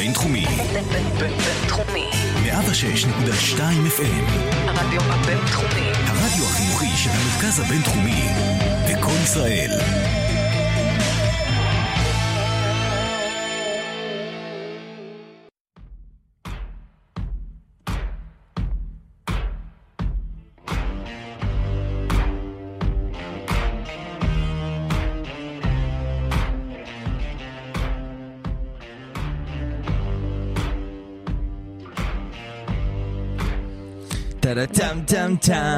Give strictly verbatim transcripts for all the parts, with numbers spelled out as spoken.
הבינתחומי. בינתחומי. מאה ושש נקודה שתיים אף אם. הרדיו הבינתחומי. הרדיו החינוכי של המרכז הבינתחומי. בכל ישראל. טם טם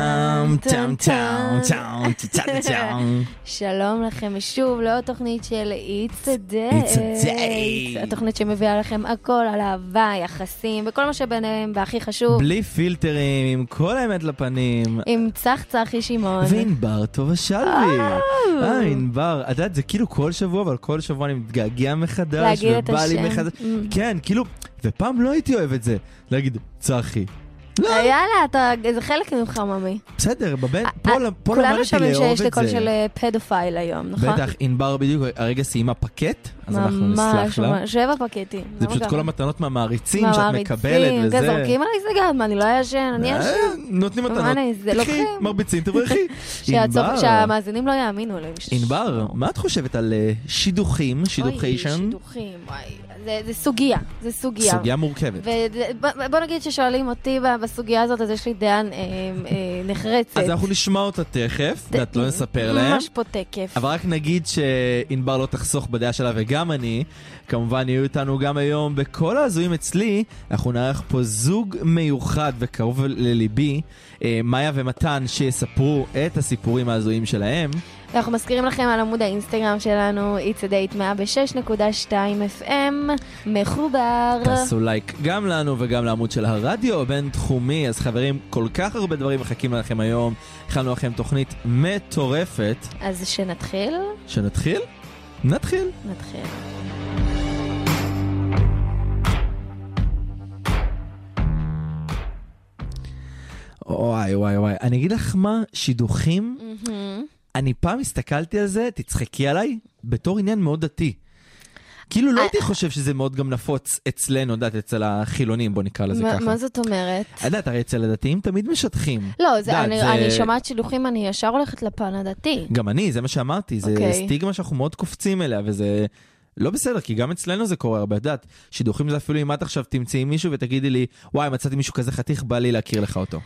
טם טם טם טם טם טם. שלום לכם שוב לעוד תוכנית של It's a It's a Date. Date. התוכנית שמביאה לכם הכל על אהבה, יחסים וכל מה שביניהם, והכי חשוב, בלי פילטרים, עם כל האמת לפנים. עם צח צחי שמעון. וענבר טובה שלוי. אה, ענבר. את יודעת, זה כאילו כל שבוע, אבל כל שבוע אני מתגעגע מחדש. להגיד את ובא לי השם. מחדש. כן, כאילו, ופעם לא הייתי אוהב את זה. להגיד, צחי. לא. יאללה, אתה, זה חלק ממך, ממי. בסדר, בבן, פה פה כולנו למדתי שומעים לאהוב שיש את לי קול זה. של אה, פדופייל היום, נכון? בטח, ענבר בדיוק הרגע סיימה פקט, אז אנחנו ממש, נסלח לה. ממש, שבע פקטים. זה למה פשוט ככה? כל המתנות מהמעריצים שאת מהמעריצים, מקבלת וזה. כן, זורקים עליי סגרת, מה, אני לא ישן, אני אה, ישן. נותנים מה מתנות. אני, זה תקחי, לוקחים. מרביצים, תברכי. שהצופ- ענבר, שהמאזינים לא יאמינו להם. ענבר, מה את חושבת על אה, שידוכים, אוי, שידוכיישן? שידוכים, וואי. זה, זה סוגיה, זה סוגיה. סוגיה מורכבת. ובוא נגיד ששואלים אותי בסוגיה הזאת, אז יש לי דעה אה, אה, נחרצת. אז אנחנו נשמע אותה תכף, ואת לא נספר להם. ממש פה תקף. אבל רק נגיד שענבר לא תחסוך בדעה שלה וגם אני, כמובן יהיו איתנו גם היום בכל ההזויים אצלי, אנחנו נערך פה זוג מיוחד וקרוב לליבי, אה, מאיה ומתן שיספרו את הסיפורים ההזויים שלהם. אנחנו מזכירים לכם על עמוד האינסטגרם שלנו, It's a Date מאה ושש נקודה שתיים אף אם, מחובר. תעשו לייק גם לנו וגם לעמוד של הרדיו הבינתחומי. אז חברים, כל כך הרבה דברים מחכים לכם היום. הכנו לכם תוכנית מטורפת. אז שנתחיל? שנתחיל? נתחיל. נתחיל. וואי וואי וואי. אני אגיד לך מה, שידוכים, מהמם. אני פעם הסתכלתי על זה, תצחקי עליי, בתור עניין מאוד דתי. כאילו לא הייתי חושב שזה מאוד גם נפוץ אצלנו, יודעת, אצל החילונים, בוא נקרא לזה מה- ככה. מה זאת אומרת? יודעת, הרי אצל הדתיים תמיד משטחים. לא, זה- יודעת, אני זה- אני שומעת שידוכים, אני ישר הולכת לפן הדתי. גם אני, זה מה שאמרתי, זה אוקיי. סטיגמה שאנחנו מאוד קופצים אליה, וזה לא בסדר, כי גם אצלנו זה קורה הרבה, יודעת, שידוכים זה אפילו אם את עכשיו תמצאי מישהו ותגידי לי, וואי, מצאתי מישהו כזה חתיך, בא לי להכיר לך אותו.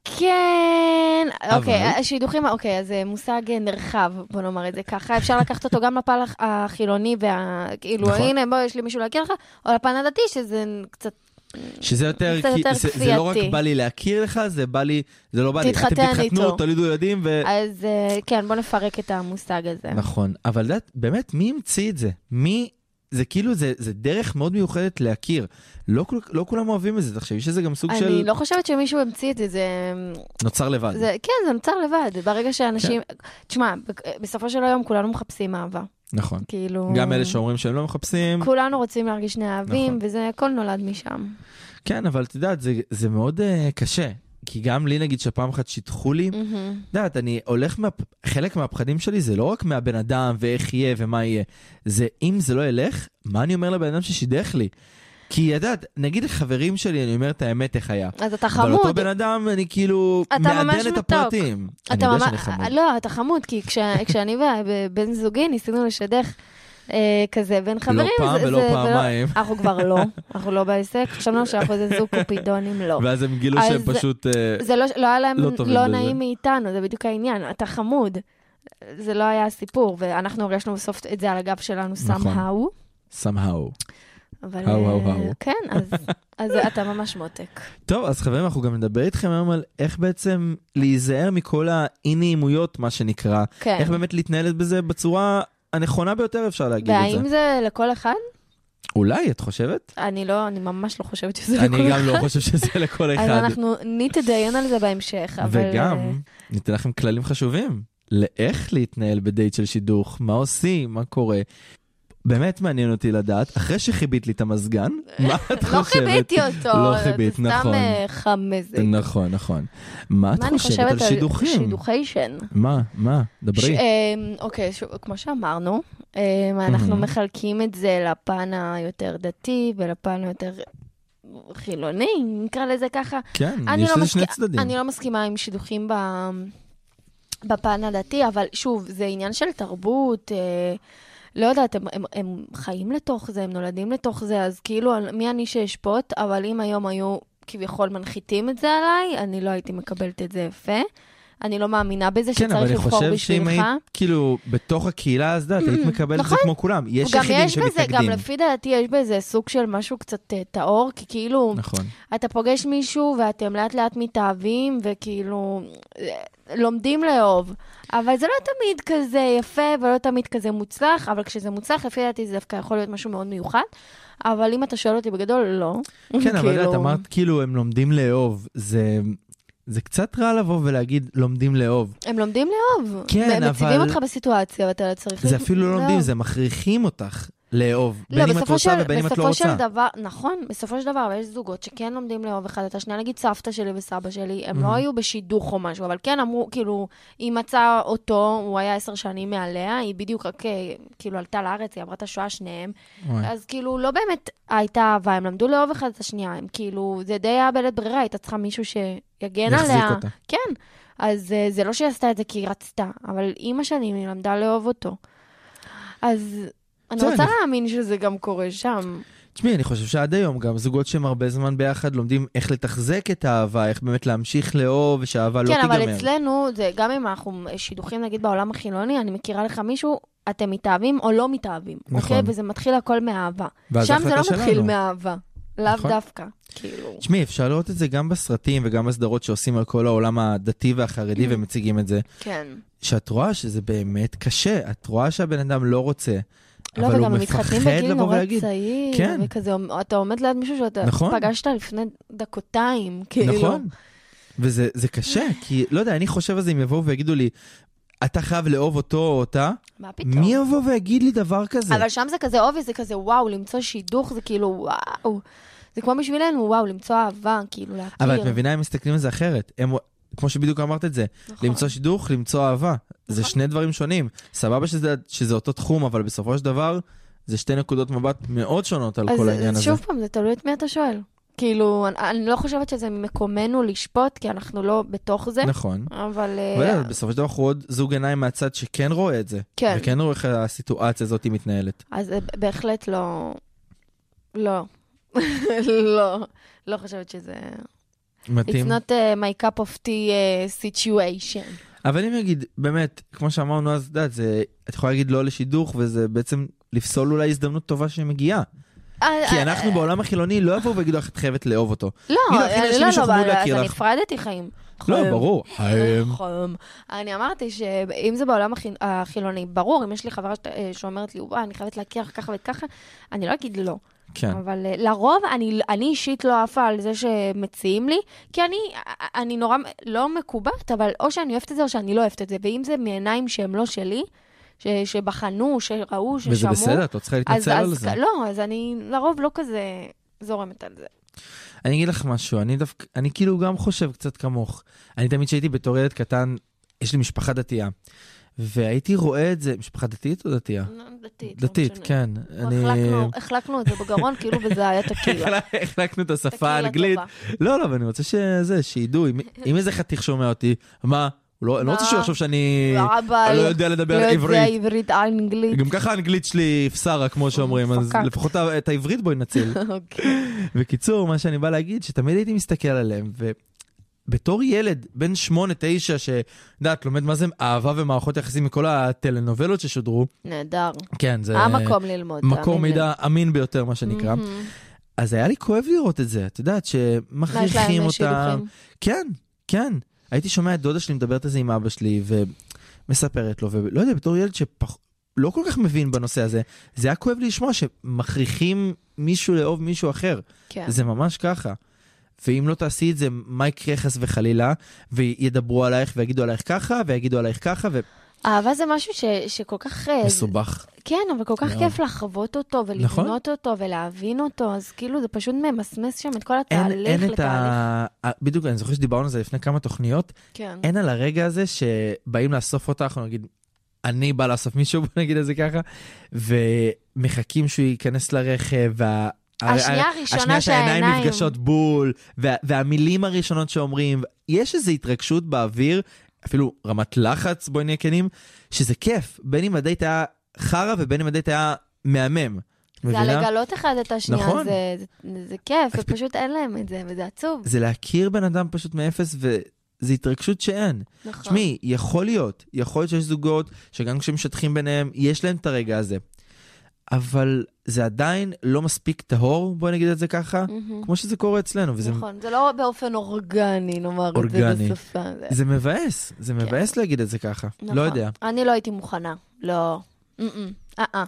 כן, אבל- אוקיי, השידוכים, אוקיי, אז זה מושג נרחב, בוא נאמר את זה ככה, אפשר לקחת אותו גם לפן החילוני, וכאילו, נכון. הנה, בוא, יש לי מישהו להכיר לך, או לפן הדתי, שזה קצת, שזה יותר, קצת כי- יותר זה, זה לא רק כפייתי. בא לי להכיר לך, זה בא לי, זה לא בא לי, תתחתן אתם תתחתנו, איתו. תולידו ילדים ו... אז אה, כן, בוא נפרק את המושג הזה. נכון, אבל יודעת, באמת, מי המציא את זה? מי, זה כאילו, זה, זה דרך מאוד מיוחדת להכיר. לא, כל- לא כולם אוהבים את זה, תחשבי שזה גם סוג של אני לא חושבת שמישהו המציא את זה, זה... נוצר לבד. זה, כן, זה נוצר לבד. ברגע שאנשים... תשמע, בסופו של היום כולנו מחפשים אהבה. נכון. כאילו... גם אלה שאומרים שהם לא מחפשים. כולנו רוצים להרגיש שני אהבים, נכון. וזה הכל נולד משם. כן, אבל את יודעת, זה, זה מאוד uh, קשה. כי גם לי נגיד שפעם אחת שיתחו לי, מהמם. יודעת, אני הולך, מה, חלק מהפחדים שלי זה לא רק מהבן אדם ואיך יהיה ומה יהיה. זה אם זה לא ילך, מה אני אומר לבן אדם ששידך לי? כי יודעת, נגיד לחברים שלי, אני אומר את האמת איך היה. אז אתה אבל אותו חמוד. בן אדם, אני כאילו אתה ממש מעדן את מתוק. הפרטים. אני אתה יודע ממש... שאני חמוד. לא, אתה חמוד, כי כש... כשאני ובן זוגי ניסינו לשדך אה, כזה בין חברים... פעם זה- ולא זה- פעמיים. אנחנו כבר לא, אנחנו לא בעסק, חשבנו שאנחנו איזה זוג קופידונים, לא. ואז הם גילו שהם אז- פשוט... אה, זה לא, לא היה להם לא טובים לא בזה. נעים מאיתנו, זה בדיוק העניין, אתה חמוד. זה לא היה הסיפור, ואנחנו הרגשנו בסוף את זה על הגב שלנו נכון. somehow. somehow. אבל האו, אה, האו, האו. כן, אז, אז אתה ממש מותק. טוב, אז חברים, אנחנו גם נדבר איתכם היום על איך בעצם להיזהר מכל האי-נעימויות, מה שנקרא. כן. איך באמת להתנהל בזה בצורה הנכונה ביותר, אפשר להגיד את והאם זה. זה לכל אחד? אולי, את חושבת? אני לא, אני ממש לא חושבת שזה לכל אחד. אני גם לא חושב שזה לכל אז אחד. אנחנו נתדיין על זה בהמשך, אבל... וגם, אה, ניתן לכם כללים חשובים. לאיך להתנהל בדייט של שידוך, מה עושים, מה קורה. באמת מעניין אותי לדעת, אחרי שחיבית לי את המזגן, מה את חושבת? לא חיביתי אותו, לא חיבית, נכון. זה סתם חמזק. נכון, נכון. מה את חושבת על שידוכים? שידוכיישן. מה, מה? דברי. אוקיי, כמו שאמרנו, אנחנו מחלקים את זה לפן היותר דתי ולפן היותר חילוני, נקרא לזה ככה. כן, יש לזה שני צדדים. אני לא מסכימה עם שידוכים בפן הדתי, אבל שוב, זה עניין של תרבות, לא יודעת, הם, הם, הם חיים לתוך זה, הם נולדים לתוך זה, אז כאילו, מי אני שאשפוט, אבל אם היום היו כביכול מנחיתים את זה עליי, אני לא הייתי מקבלת את זה יפה. אני לא מאמינה בזה כן, שצריך לבחור בשבילך. כן, אבל אני חושב שאם היית, כאילו, בתוך הקהילה, אז דעת, היית מקבלת את זה כמו כולם. יש יחידים שמתנגדים. גם לפי דעתי, יש בזה סוג של משהו קצת טהור, כי כאילו, אתה פוגש מישהו, ואתם לאט לאט מתאהבים, וכאילו, לומדים לאהוב. אבל זה לא תמיד כזה יפה, ולא תמיד כזה מוצלח, אבל כשזה מוצלח, לפי דעתי, זה דווקא יכול להיות משהו מאוד מיוחד. אבל אם אתה שואל אותי בגדול, לא. כן, אבל את אמרת, כאילו, הם לומדים לאהוב. זה... זה קצת רע לבוא ולהגיד, לומדים לאהוב. הם לומדים לאהוב. כן, אבל... הם מציבים אותך בסיטואציה, ואתה צריך... זה אפילו לא לומדים, זה מכריחים אותך לאהוב. בין אם את רוצה ובין אם את לא רוצה. בסופו של דבר, נכון, בסופו של דבר, יש זוגות שכן לומדים לאהוב אחד את השנייה, נגיד סבתא שלי וסבא שלי, הם לא היו בשידוך או משהו, אבל כן אמרו, כאילו, היא מצאה אותו, הוא היה עשר שנים מעליה, היא בדיוק רק, כאילו, עלתה לארץ, היא עברה את השואה שניהם, אז כאילו, לא באמת הייתה אהבה, הם למדו לאהוב אחד את השנייה, הם כאילו, זה די היה בלית ברירה, הייתה צריכה מישהו שיגן עליה. אותה. כן, אז זה לא שהיא עשתה את זה כי היא רצתה, אבל אימא שלי, היא למדה לאהוב אותו. אז אני רוצה להאמין שזה גם קורה שם. תשמעי, אני חושב שעד היום גם זוגות שהם הרבה זמן ביחד לומדים איך לתחזק את האהבה, איך באמת להמשיך לאהוב ושהאהבה לא תיגמר. כן, אבל אצלנו, גם אם אנחנו שידוכים נגיד בעולם החילוני, אני מכירה לך מישהו, אתם מתאהבים או לא מתאהבים. אוקיי? וזה מתחיל הכל מאהבה. שם זה לא מתחיל מאהבה. לאו דווקא. תשמעי, אפשר לראות את זה גם בסרטים וגם בסדרות שעושים על כל העולם הדתי והחרדי ומציגים את זה. כן. שאת רואה שזה באמת קשה. את רואה שהבן אדם לא רוצה. לא, וגם הם מתחתנים בגיל נורא צעיר, כן. וכזה, אתה עומד ליד מישהו שאתה נכון. פגשת לפני דקותיים, כאילו. נכון, וזה זה קשה, כי לא יודע, אני חושב על זה, אם יבואו ויגידו לי, אתה חייב לאהוב אותו או אותה, מה פתאום? מי יבוא ויגיד לי דבר כזה? אבל שם זה כזה אובי, זה כזה וואו, למצוא שידוך, זה כאילו וואו, זה כמו בשבילנו, וואו, למצוא אהבה, כאילו להכיר. אבל את מבינה, הם מסתכלים על זה אחרת, הם... כמו שבדיוק אמרת את זה, נכון. למצוא שידוך, למצוא אהבה. נכון. זה שני דברים שונים. סבבה שזה, שזה אותו תחום, אבל בסופו של דבר, זה שתי נקודות מבט מאוד שונות על כל העניין הזה. אז שוב פעם, זה תלוי את מי אתה שואל. כאילו, אני, אני לא חושבת שזה מקומנו לשפוט, כי אנחנו לא בתוך זה. נכון. אבל... אבל בסופו של דבר, אנחנו עוד זוג עיניים מהצד שכן רואה את זה. כן. וכן רואה איך הסיטואציה הזאת היא מתנהלת. אז בהחלט לא... לא. לא. לא חושבת שזה... מתאים. It's not uh, my cup of tea uh, situation. אבל אם נגיד, באמת, כמו שאמרנו אז, דעת, זה, את יכולה להגיד לא לשידוך, וזה בעצם לפסול אולי הזדמנות טובה שמגיעה. כי אנחנו בעולם החילוני לא יבואו ויגידו לך, את חייבת לאהוב אותו. לא, לא, לא, אז אני הפרדתי חיים. לא, ברור. חיים. אני אמרתי שאם זה בעולם החילוני, ברור, אם יש לי חברה שאומרת לי, אני חייבת להכיר ככה וככה, אני לא אגיד לא. כן. אבל לרוב אני, אני אישית לא עפה על זה שמציעים לי, כי אני, אני נורא לא מקובעת, אבל או שאני אוהבת את זה או שאני לא אוהבת את זה, ואם זה מעיניים שהם לא שלי, ש, שבחנו, שראו, ששמעו. וזה בסדר, את לא צריכה להתנצל אז, על אז, זה. לא, אז אני לרוב לא כזה זורמת על זה. אני אגיד לך משהו, אני דווקא, אני כאילו גם חושב קצת כמוך. אני תמיד שהייתי בתור ילד קטן, יש לי משפחה דתייה. והייתי רואה את זה, משפחה דתית או דתייה? דתית. דתית, כן. החלקנו את זה בגרון, כאילו בזה היה תקילה. החלקנו את השפה האנגלית. לא, לא, אבל אני רוצה שזה, שידעו, אם איזה חתיך שומע אותי, מה? אני לא רוצה שהוא יחשוב שאני לא יודע לדבר עברית. לא יודע עברית, אנגלית. גם ככה האנגלית שלי פסרה, כמו שאומרים, אז לפחות את העברית בואי נציל. בקיצור, מה שאני בא להגיד, שתמיד הייתי מסתכל עליהם, בתור ילד, בן שמונה, תשע, שדעת, לומד מה זה אהבה ומערכות יחסים מכל הטלנובלות ששודרו. נהדר. כן, זה... המקום ללמוד. מקום מידע אמין ביותר, מה שנקרא. אז היה לי כואב לראות את זה, את יודעת, שמכריחים אותם. כן, כן. הייתי שומע את דודה שלי מדברת על זה עם אבא שלי, ומספרת לו, ולא יודע, בתור ילד שלא כל כך מבין בנושא הזה, זה היה כואב לי לשמוע שמכריחים מישהו לאהוב מישהו אחר. כן. זה ממש ככה. ואם לא תעשי את זה, מה יקרה חס וחלילה, וידברו עלייך ויגידו עלייך ככה, ויגידו עלייך ככה, ו... אהבה זה משהו ש, שכל כך... מסובך. כן, אבל כל כך מאוד. כיף לחוות אותו, ולבנות נכון. אותו, ולהבין אותו, אז כאילו זה פשוט ממסמס שם את כל אין, התהליך אין את לתהליך. ה... בדיוק, אני זוכר שדיברנו על זה לפני כמה תוכניות, כן. אין על הרגע הזה שבאים לאסוף אותך, אנחנו נגיד, אני בא לאסוף מישהו, בוא נגיד את זה ככה, ומחכים שהוא ייכנס לרכב, וה... השנייה הראשונה השנייה שהעיניים שהעיניים... נפגשות בול, וה... והמילים הראשונות שאומרים, יש איזו התרגשות באוויר, אפילו רמת לחץ, בואי נהיה כנים, שזה כיף, בין אם הדייט היה חרה, ובין אם הדייט היה מהמם. זה מבינה? לגלות אחד את השנייה, נכון. זה, זה, זה כיף, ופשוט אין להם את זה, וזה עצוב. זה להכיר בן אדם פשוט מאפס, וזו התרגשות שאין. נכון. תשמעי, יכול להיות, יכול להיות שיש זוגות, שגם כשמשטחים ביניהם, יש להם את הרגע הזה. אבל זה עדיין לא מספיק טהור, בואי נגיד את זה ככה, מהמם. כמו שזה קורה אצלנו. וזה, נכון, זה לא באופן אורגני, נאמר את זה אורגני. בשפה. זה- זה מבאס, זה מבאס להגיד את זה ככה. נכון. לא יודע. אני לא הייתי מוכנה, לא. אה-אה. אה-אה.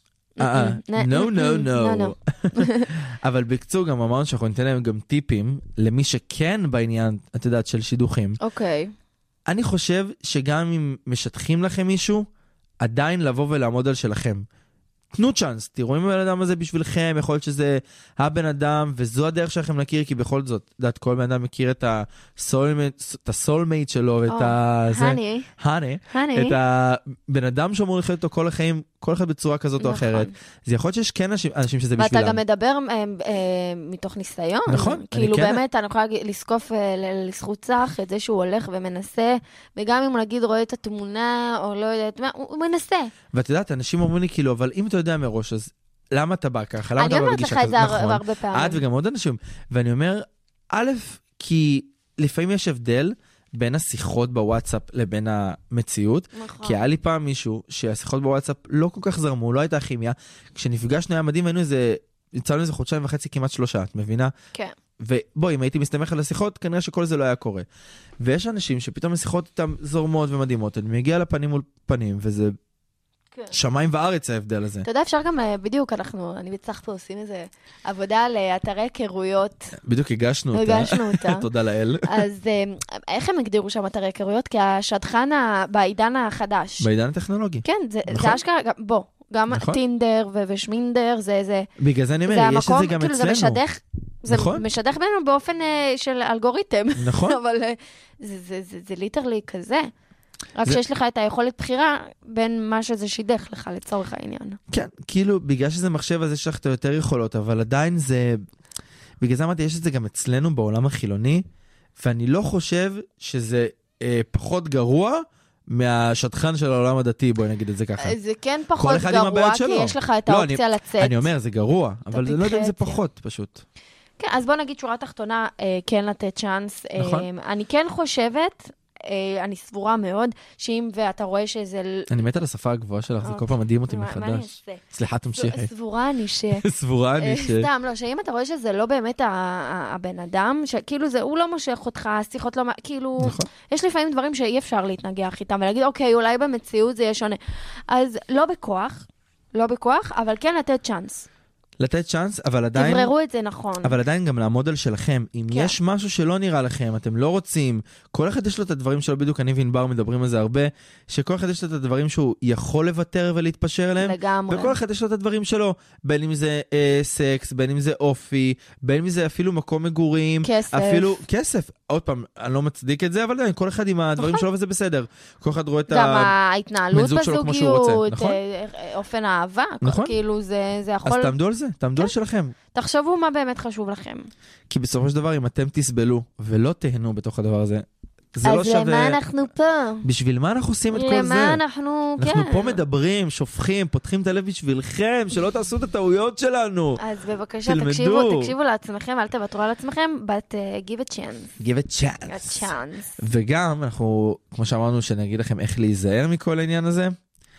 אה, אה, no, no, no, no. אבל בקצור גם אמרנו שאנחנו ניתן להם גם טיפים, למי שכן בעניין, את יודעת, של שידוכים. אוקיי. אני חושב שגם אם משטחים לכם מישהו, עדיין לבוא ולעמוד על שלכם. תנו צ'אנס, תראו אם הבן אדם הזה בשבילכם, יכול להיות שזה הבן אדם, וזו הדרך שלכם להכיר, כי בכל זאת, דעת, כל בן אדם מכיר את הסולמייט, את הסולמייט שלו, ואת ה... זה- הני, הני, הני. את הבן אדם שאמור לחיות אותו כל החיים, כל אחד בצורה כזאת או נכון. אחרת. אז יכול להיות שיש כן אנשים, אנשים שזה ואתה בשבילם. גם מדבר אה, אה, מתוך ניסיון. נכון, אני כאילו כן- באמת, אני יכולה להגיד- לזקוף אה, ל- לזכות צח את זה שהוא הולך ומנסה, וגם אם הוא נגיד רואה את התמונה, או לא יודעת מה, הוא הוא מנסה. ואת יודעת, אנשים אומרים לי כאילו, אבל אם אתה יודע מראש, אז למה אתה בא ככה? למה אני אתה בא אומרת בגישה לך את כזאת? זה הר- נכון. הרבה פעמים. את וגם עוד אנשים. ואני אומר, א', כי לפעמים יש הבדל בין השיחות בוואטסאפ לבין המציאות, נכון. כי היה לי פעם מישהו שהשיחות בוואטסאפ לא כל כך זרמו, לא הייתה כימיה. כשנפגשנו היה מדהים, היינו איזה, יצאנו איזה חודשיים וחצי, כמעט שלושה, את מבינה? כן. ובואי, אם הייתי מסתמך על השיחות, כנראה שכל זה לא היה קורה. ויש אנשים שפתאום השיחות איתם זורמות ומדהימות, אני מגיע לפנים מול פנים, וזה כן. שמיים וארץ ההבדל הזה. אתה יודע, אפשר גם, אה, בדיוק, אנחנו, אני וצח פה עושים איזה עבודה על אה, אתרי היכרויות. בדיוק הגשנו אותה. הגשנו אותה. תודה לאל. אז אה, איך הם הגדירו שם אתרי היכרויות? כי השטחן ה- בעידן החדש. בעידן הטכנולוגי. כן, זה, נכון. זה אשכרה, גם- בוא, גם נכון. טינדר ו- ושמינדר, זה, זה, בגלל זה אני זה אומר, יש את המקום, זה גם כאילו זה אצלנו. משדך, זה נכון. משדך בינינו באופן אה, של אלגוריתם, נכון. אבל אה, זה, זה, זה, זה ליטרלי כזה. רק זה- שיש לך את היכולת בחירה בין מה שזה שידך לך לצורך העניין. כן, כאילו, בגלל שזה מחשב, אז יש לך את היותר יכולות, אבל עדיין זה... בגלל זה אמרתי, יש את זה גם אצלנו בעולם החילוני, ואני לא חושב שזה אה, פחות גרוע מהשטחן של העולם הדתי, בואי נגיד את זה ככה. זה כן פחות כל אחד עם גרוע, הבעיות כי שלו. יש לך את לא, האופציה לצאת. אני אומר, זה גרוע, אבל זה לא יודע אם זה תדחה את זה. פחות, פשוט. כן, אז בוא נגיד שורה תחתונה, אה, כן לתת צ'אנס. נכון. אה, אני כן חושבת, אה, אני סבורה מאוד, שאם ואתה רואה שזה... אני מת על השפה הגבוהה שלך, זה כל אוקיי. פעם מדהים אותי מה- מה אני מחדש. אעשה? סליחה, תמשיכי. סבורה אני ש... סבורה אני אה, ש... סתם, לא, שאם אתה רואה שזה לא באמת ה- ה- הבן אדם, שכאילו זה, הוא לא מושך אותך, השיחות לא... כאילו, נכון. יש לפעמים דברים שאי אפשר להתנגח איתם, ולהגיד, אוקיי, אולי במציאות זה יהיה שונה. אז לא בכוח, לא בכוח, אבל כן לתת צ'אנס. לתת צ'אנס, אבל עדיין... תבררו את זה נכון. אבל עדיין גם לעמוד על שלכם. אם כן. יש משהו שלא נראה לכם, אתם לא רוצים, כל אחד יש לו את הדברים שלו, בדיוק אני וענבר מדברים על זה הרבה, שכל אחד יש לו את הדברים שהוא יכול לוותר ולהתפשר עליהם, לגמרי. וכל אחד יש לו את הדברים שלו, בין אם זה אה, סקס, בין אם זה אופי, בין אם זה אפילו מקום מגורים, כסף. אפילו כסף. עוד פעם, אני לא מצדיק את זה, אבל עדיין, כל אחד עם הדברים נכון. שלו וזה בסדר. כל אחד רואה את גם ה... ההתנהלות בן זוג שלו כמו שהוא רוצה, בזוגיות, נכון? אה, אה, אופן האהבה, נכון. כאילו זה זה אז יכול... תעמדו על זה, תעמדו על שלכם. תחשבו מה באמת חשוב לכם. כי בסופו של דבר, אם אתם תסבלו ולא תהנו בתוך הדבר הזה, זה לא אז שווה... למה אנחנו פה? בשביל מה אנחנו עושים את כל זה? למה אנחנו... אנחנו כן. פה מדברים, שופכים, פותחים את הלב בשבילכם, שלא תעשו את הטעויות שלנו. אז בבקשה, תלמדו. תקשיבו, תקשיבו לעצמכם, אל תוותרו על עצמכם, but uh, give a chance. Give a a chance. chance. וגם, אנחנו, כמו שאמרנו, שנגיד לכם איך להיזהר מכל העניין הזה,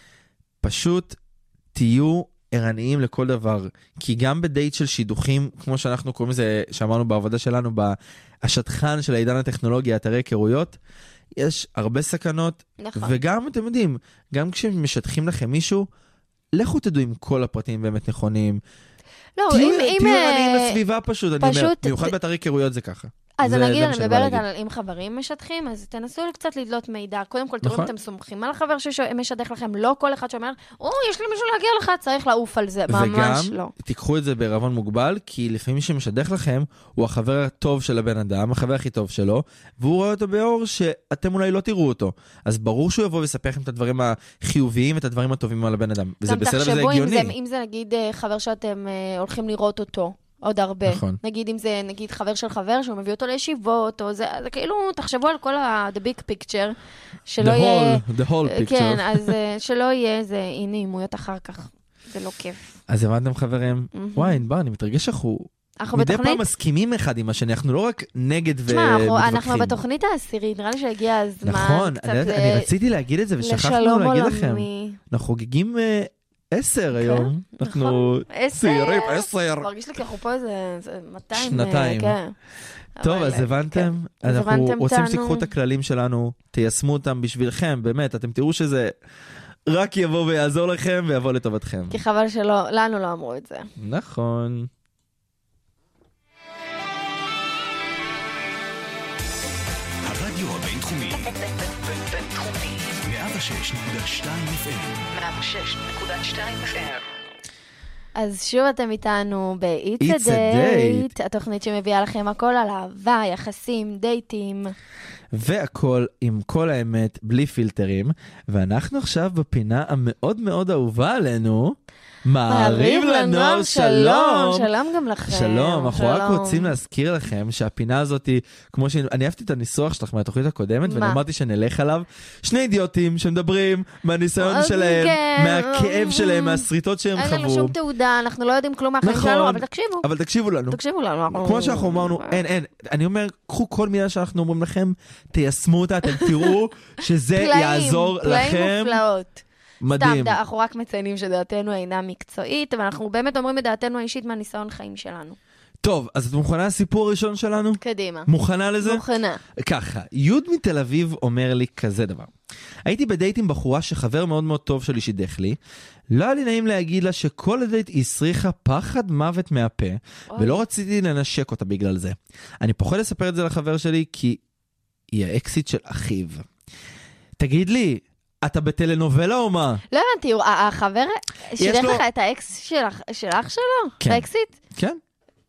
פשוט תהיו ערניים לכל דבר. כי גם בדייט של שידוכים, כמו שאנחנו קוראים לזה, שאמרנו בעבודה שלנו, השטחן של העידן הטכנולוגיה, אתרי היכרויות, יש הרבה סכנות, נכון. וגם, אתם יודעים, גם כשמשטחים לכם מישהו, לכו תדעו אם כל הפרטים באמת נכונים. לא, תהיו אם... אם, תהיו אה, ערניים לסביבה פשוט, אני אומר, פשוט- במיוחד באתרי היכרויות זה ככה. אז זה- נגיד, זה מה אני שאני בא מדברת להגיד. על אם חברים משטחים, אז תנסו קצת לדלות מידע. קודם כל, תראו אם נכון. אתם סומכים על החבר שמשדך לכם, לא כל אחד שאומר, או, יש לי מישהו להגיע לך, צריך לעוף על זה. ממש וגם, לא. תיקחו את זה בערבון מוגבל, כי לפעמים מי שמשדך לכם, הוא החבר הטוב של הבן אדם, החבר הכי טוב שלו, והוא רואה אותו באור שאתם אולי לא תראו אותו. אז ברור שהוא יבוא ויספר לכם את הדברים החיוביים ואת הדברים הטובים על הבן אדם. וזה גם בסדר וזה תחשבו אם הגיוני. זה, אם זה נגיד אה, חבר שאתם אה, הולכים לראות אותו עוד הרבה. נכון. נגיד אם זה נגיד חבר של חבר שהוא מביא אותו לישיבות, או זה, זה כאילו, תחשבו על כל ה- the big picture, שלא The יהיה... whole, the whole picture. כן, אז אה, שלא יהיה איזה אי נעימויות אחר כך. זה לא כיף. אז הבנתם חברים? מהמם. וואי, ענבר, אני מתרגש שאנחנו אנחנו מדי בתוכנית... פעם מסכימים אחד עם השני, אנחנו לא רק נגד תשמע, אנחנו, ומתווכחים. אנחנו בתוכנית העשירית, נראה לי שהגיע הזמן נכון, קצת אני, ל- אני רציתי להגיד את זה ושכחנו לשלום להגיד לכם. עולמי. אנחנו חוגגים אה, עשר היום. אנחנו עשר. צעירים, עשר. מרגיש לי כי אנחנו פה איזה איזה מאתיים. שנתיים. אה, כן. טוב, אבל, אז אה, הבנתם? כן. אז אנחנו הבנתם רוצים אותנו. שתיקחו את הכללים שלנו, תיישמו אותם בשבילכם, באמת, אתם תראו שזה רק יבוא ויעזור לכם ויבוא לטובתכם. כי חבל שלא, לנו לא אמרו את זה. נכון. הרדיו הבינתחומי, בינתחומי. מאה ושש נקודה שתיים אף אם. מאה ושש נקודה שתיים אף אם. אז שוב אתם איתנו ב-It's It's a a Date. Date, התוכנית שמביאה לכם הכל על אהבה, יחסים, דייטים. והכל עם כל האמת, בלי פילטרים. ואנחנו עכשיו בפינה המאוד מאוד אהובה עלינו, מעריב לנוער שלום. שלום גם לכם. שלום, אנחנו רק שלום. רוצים להזכיר לכם שהפינה הזאת היא, כמו שאני אהבתי את הניסוח שלך מהתוכנית הקודמת, ואני מה? אמרתי שנלך עליו, שני אידיוטים שמדברים מהניסיון אז שלהם, כן. מהכאב שלהם, מהסריטות שהם אין לנו חוו. שום תעודה, אנחנו לא יודעים כלום מהחיים נכון. שלנו, אבל תקשיבו, אבל תקשיבו לנו. תקשיבו לנו. אנחנו- כמו שאנחנו אמרנו, אין, אין, אני אומר, קחו כל מילה שאנחנו אומרים לכם, תיישמו אותה, אתם תראו שזה פלאים, יעזור פלאים לכם. מופלאות. מדהים. סתם, ד- אנחנו רק מציינים שדעתנו אינה מקצועית, אבל אנחנו באמת אומרים את דעתנו האישית מהניסיון חיים שלנו. טוב, אז את מוכנה לסיפור הראשון שלנו? קדימה. מוכנה לזה? מוכנה. ככה, יוד מתל אביב אומר לי כזה דבר. הייתי בדייט עם בחורה שחבר מאוד מאוד טוב שלי שידך לי. לא היה לי נעים להגיד לה שכל הדייט היא הסריחה פחד מוות מהפה, אוי. ולא רציתי לנשק אותה בגלל זה. אני פוחד לספר את זה לחבר שלי כי היא האקסיט של אחיו. תגיד לי, אתה בטלנובלה או מה? לא הבנתי, הוא- ה- החבר שידך לו- לך את האקס של אח- של אח שלו? כן. האקסיט? כן,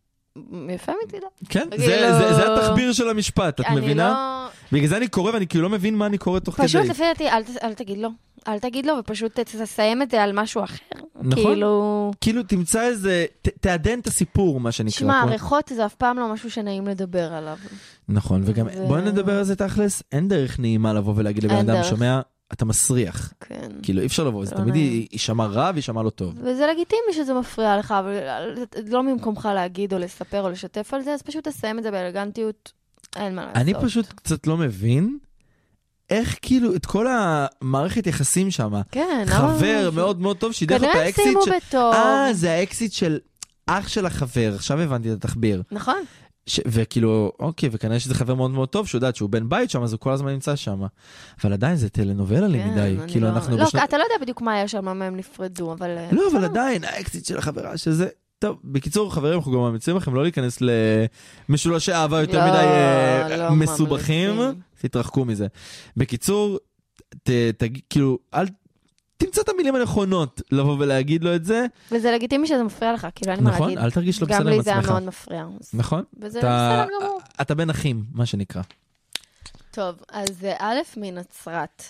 יפה מצידה. כן. זה, כאילו- זה, זה התחביר של המשפט, את אני מבינה? לא... בגלל זה אני קורא ואני כאילו לא מבין מה אני קורא תוך פשוט כדי. לפי דעתי, אל ת- אל תגיד לו. אל תגיד לו, ופשוט ת- תסיים את זה על משהו אחר. נכון. כאילו... כאילו תמצא איזה, ת, תעדן את הסיפור, מה שנקרא. שמע, כמו- ריחות זה אף פעם לא משהו שנעים לדבר עליו. נכון, וגם ו- בואי נדבר על זה תכלס, אין דרך נעימה לבוא ולהגיד לבן אין אדם, דרך. שומע, אתה מסריח. כן. כאילו אי אפשר לבוא, זה לא תמיד נעים. י- יישמע רע ויישמע לא טוב. וזה לגיטימי שזה מפריע לך, אבל לא ממקומך להגיד או לספר או לשתף על זה, אז פשוט תסיים את זה באלגנטיות, אין מה לעשות. אני פשוט קצת לא מבין איך כאילו את כל המערכת יחסים שם, כן, חבר אבל- מאוד מאוד טוב, שידך אותה כנראה האקסיט שימו של... בטוב. אה, זה האקסיט של אח של החבר, עכשיו הבנתי את התחביר. נכון. ש... וכאילו, אוקיי, וכנראה שזה חבר מאוד מאוד טוב, שהוא יודעת שהוא בן בית שם, אז הוא כל הזמן נמצא שם. אבל עדיין זה טלנובלה לי כן, מדי. אני כאילו לא- אנחנו לא, בשנת... אתה לא יודע בדיוק מה היה שם, מה הם נפרדו, אבל... לא, אבל בסדר. עדיין, האקסיט של החברה שזה... טוב, בקיצור, חברים, אנחנו גם ממליצים לכם לא להיכנס למשולשי אהבה יותר לא, מדי אה, לא מסובכים. ממליצים. תתרחקו מזה. בקיצור, ת, ת, כאילו, אל... תמצא את המילים הנכונות לבוא ולהגיד לו את זה. וזה לגיטימי שזה מפריע לך, כאילו אין מה נכון, להגיד. אל תרגיש לא בסדר גם עם לי זה היה עצמך. מאוד מפריע. אז- נכון? וזה אתה- בסדר גמור. אתה בן אחים, מה שנקרא. טוב, אז אה, א' מנצרת.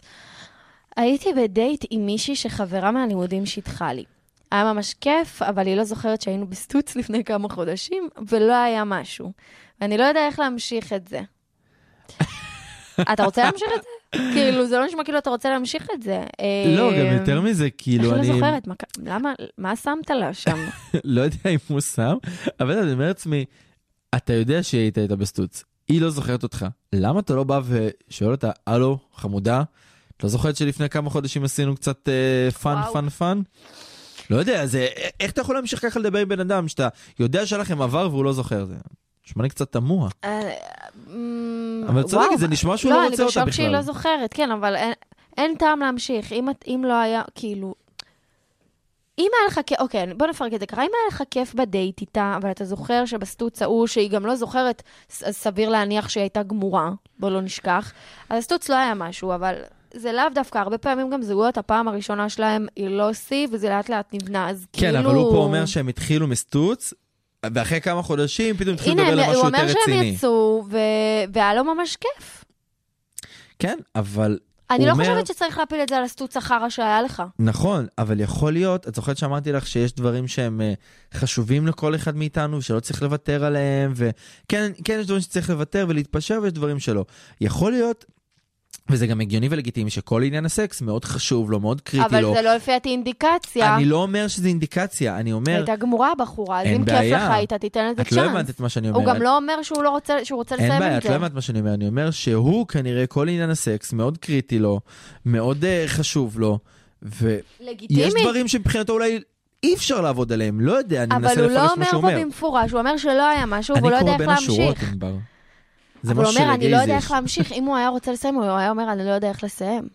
הייתי בדייט עם מישהי שחברה מהלימודים שיתחה לי. היה ממש כיף, אבל היא לא זוכרת שהיינו בסטוץ לפני כמה חודשים, ולא היה משהו. ואני לא יודע איך להמשיך את זה. אתה רוצה להמשיך את זה? כאילו, זה לא נשמע כאילו אתה רוצה להמשיך את זה. לא, אה, גם יותר מזה, איך כאילו, לא אני זוכרת? מה ק- למה? מה שמת לה שם? לא יודע אם הוא שם, אבל אני אומר לעצמי, אתה יודע שהיא הייתה איתה בסטוץ, היא לא זוכרת אותך. למה אתה לא בא ושואל אותה, הלו, חמודה, את לא זוכרת שלפני כמה חודשים עשינו קצת אה, פן, וואו. פן, פן? לא יודע, זה, איך אתה יכול להמשיך ככה לדבר עם בן אדם, שאתה יודע שלכם עבר והוא לא זוכר? זה נשמע לי קצת תמוה. אה, אמ, אבל צריך וואו, להגיד, זה נשמע שהוא לא רוצה אני אותה בשוק שהיא בכלל. לא זוכרת, כן, אבל אין- אין טעם להמשיך. אם את- אם לא היה, כאילו... אם היה לך, אוקיי, בוא נפרק את זה ככה, אם היה לך כיף בדייט איתה, אבל אתה זוכר שבסטוץ ההוא, שהיא גם לא זוכרת, סביר להניח שהיא הייתה גמורה, בוא לא נשכח, אז הסטוץ לא היה משהו, אבל זה לאו דווקא, הרבה פעמים גם זוגות, הפעם הראשונה שלהם היא לא סי, וזה לאט לאט נבנה, אז כן, כאילו... אבל הוא פה אומר שהם התחילו מסטוץ, ואחרי כמה חודשים פתאום התחילו לדבר על משהו יותר רציני. הנה, הוא אומר שהם יצאו, והיה לו ממש כיף. כן, אבל... אני לא אומר... חושבת שצריך להפיל את זה על הסטוץ אחרה שהיה לך. נכון, אבל יכול להיות, את זוכרת שאמרתי לך שיש דברים שהם חשובים לכל אחד מאיתנו, שלא צריך לוותר עליהם, וכן, כן יש דברים שצריך לוותר ולהתפשר, ויש דברים שלא. יכול להיות, וזה גם הגיוני ולגיטימי, שכל עניין הסקס מאוד חשוב לו, מאוד קריטי אבל לו. אבל זה לא לפי אינדיקציה. אני לא אומר שזה אינדיקציה, אני אומר... הייתה גמורה בחורה, אז אם כיף לך, היית תיתן לזה צ'אנס. את לא הבנת את מה שאני אומר. הוא גם לא אומר שהוא לא רוצה, שהוא רוצה לסיים את זה. אין בעיה, את לא הבנת מה שאני אומר. אני אומר שהוא כנראה כל עניין הסקס מאוד קריטי לו, מאוד uh, חשוב לו, ויש דברים שמבחינתו אולי אי אפשר לעבוד עליהם, לא יודע, אני מנסה לפרש מה שהוא אומר. אבל הוא לא אומר פה במפורש, הוא אומר שלא היה משהו, והוא לא יודע איך להמשיך. אבל הוא אומר, אני לא יודע איך להמשיך. אם הוא היה רוצה לסיים, הוא היה אומר, אני לא יודע איך לסיים.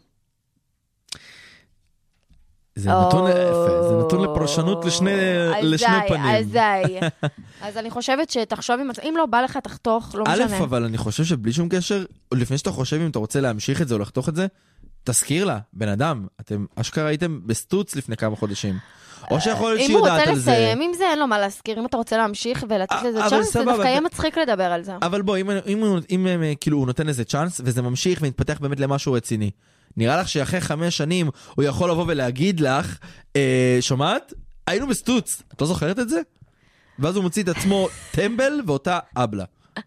זה נתון יפה, זה נתון לפרשנות לשני פנים. אזי, אז אני חושבת שתחשוב, אם לא בא לך תחתוך, לא משנה. א', אבל אני חושב שבלי שום קשר, לפני שאתה חושב אם אתה רוצה להמשיך את זה או לחתוך את זה, תזכיר לה, בן אדם, אתם אשכרה הייתם בסטוץ לפני כמה חודשים. או שיכול להיות שהיא יודעת על זה. אם הוא רוצה לסיים, אם זה אין לו מה להזכיר, אם אתה רוצה להמשיך ולתת לזה צ'אנס, זה דווקא יהיה מצחיק לדבר על זה. אבל בוא, אם הוא נותן לזה צ'אנס, וזה ממשיך ומתפתח באמת למשהו רציני, נראה לך שאחרי חמש שנים הוא יכול לבוא ולהגיד לך, שומעת? היינו בסטוץ. את לא זוכרת את זה? ואז הוא מוציא את עצמו טמבל ואותה אבלה.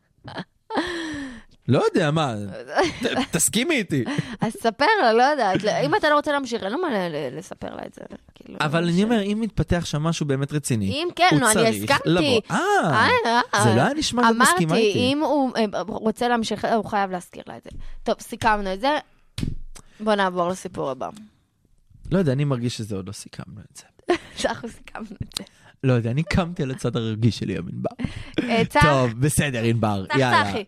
לא יודע, מה? תסכימי איתי. אז ספר לה, לא יודעת. אם אתה לא רוצה להמשיך, אין לו מה לספר לה את זה. אבל אני אומר, אם מתפתח שם משהו באמת רציני, אם כן, נו, אני הסכמתי. אה, זה לא היה נשמע שאת מסכימה איתי. אמרתי, אם הוא רוצה להמשיך, הוא חייב להזכיר לה את זה. טוב, סיכמנו את זה. בוא נעבור לסיפור הבא. לא יודע, אני מרגיש שזה עוד לא סיכמנו את זה. אנחנו סיכמנו את זה. לא יודע, אני קמתי על הצד הרגיש שלי, ענבר. צח. טוב, בסדר, ענבר. צח, צחי.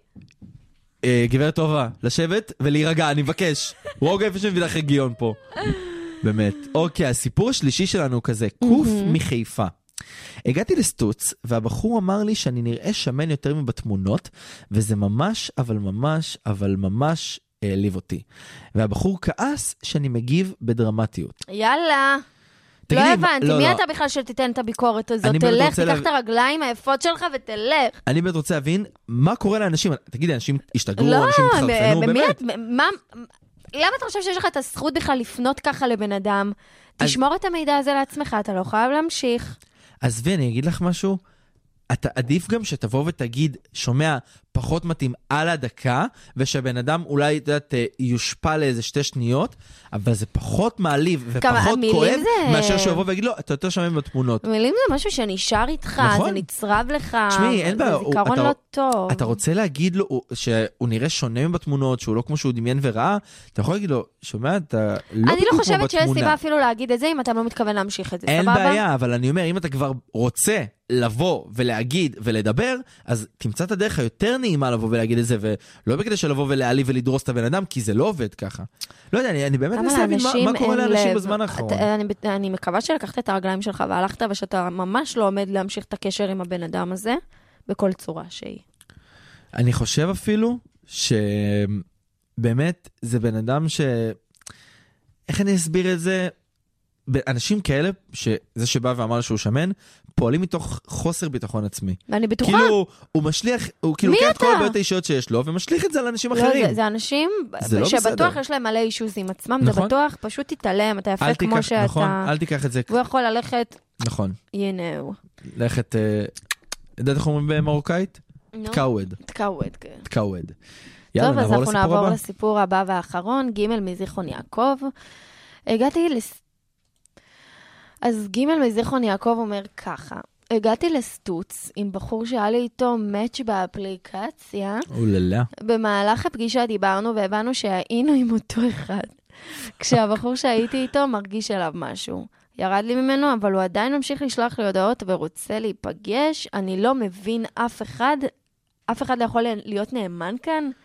גברת טובה, לשבת ולהירגע, אני מבקש. רוגע איפה שמביא לך רגיון פה. באמת. אוקיי, הסיפור השלישי שלנו הוא כזה, קוף מחיפה. הגעתי לסטוץ, והבחור אמר לי שאני נראה שמן יותר מבתמונות, וזה ממש, אבל ממש, אבל ממש העליב אותי. והבחור כעס שאני מגיב בדרמטיות. יאללה. לא הבנתי, מי אתה בכלל שתיתן את הביקורת הזאת? תלך, תיקח את הרגליים היפות שלך ותלך. אני באמת רוצה להבין מה קורה לאנשים. תגידי, אנשים השתגרו, אנשים התחרפנו, באמת. למה אתה חושב שיש לך את הזכות בכלל לפנות ככה לבן אדם? תשמור את המידע הזה לעצמך, אתה לא חייב להמשיך. אז ואני אגיד לך משהו, אתה עדיף גם שתבוא ותגיד, שומע, פחות מתאים על הדקה, ושהבן אדם אולי, אתה יודעת, יושפע לאיזה שתי שניות, אבל זה פחות מעליב ופחות כואב, זה... מאשר שהוא יבוא ויגיד לו, אתה יותר שומע בתמונות. מילים זה משהו שנשאר איתך, נכון? זה נצרב לך, שמי, אין בעיה, זה זיכרון לא טוב. אתה רוצה להגיד לו שהוא נראה שונה בתמונות, שהוא לא כמו שהוא דמיין וראה, אתה יכול להגיד לו, שומע, אתה לא אני לא חושבת שיש סיבה אפילו להגיד את זה, אם אתה לא מתכוון להמשיך את זה, אין בעיה, אבל אני אומר, אם אתה כבר רוצה לבוא ולהגיד ולדבר, אז תמצא את הדרך היותר נעימה לבוא ולהגיד את זה, ולא בקטע של לבוא ולהעליב ולדרוס את הבן אדם, כי זה לא עובד ככה. לא יודע, אני, אני באמת מנסה להבין מה, מה קורה לאנשים בזמן האחרון. אני, אני מקווה שלקחת את הרגליים שלך והלכת, ושאתה ממש לא עומד להמשיך את הקשר עם הבן אדם הזה, בכל צורה שהיא. אני חושב אפילו, שבאמת זה בן אדם ש... איך אני אסביר את זה? אנשים כאלה, שזה שבא ואמר שהוא שמן, פועלים מתוך חוסר ביטחון עצמי. ואני בטוחה. כאילו, הוא משליח, הוא כאילו לוקח את כל הבעיות האישיות שיש לו, ומשליך את זה על אנשים אחרים. לא, זה, זה אנשים זה שבטוח לא יש להם מלא אישוז עם עצמם, נכון? זה בטוח, פשוט תתעלם, אתה יפה כמו שאתה... נכון, אל תיקח את זה. הוא יכול ללכת... נכון. You know. ללכת, יודעת איך אומרים במרוקאית? תקאווד. תקאווד, כן. תקאווד. טוב, אז אנחנו נעבור לסיפור הבא והאחרון, ג' מזיכרון יעקב. הגעתי לס... אז ג' מזיכרון יעקב אומר ככה, הגעתי לסטוץ עם בחור שהיה לי איתו מאץ' באפליקציה. אוללה. במהלך הפגישה דיברנו והבנו שהיינו עם אותו אחד. כשהבחור שהייתי איתו מרגיש אליו משהו. ירד לי ממנו, אבל הוא עדיין ממשיך לשלוח לי הודעות ורוצה להיפגש. אני לא מבין אף אחד, אף אחד לא יכול להיות נאמן כאן.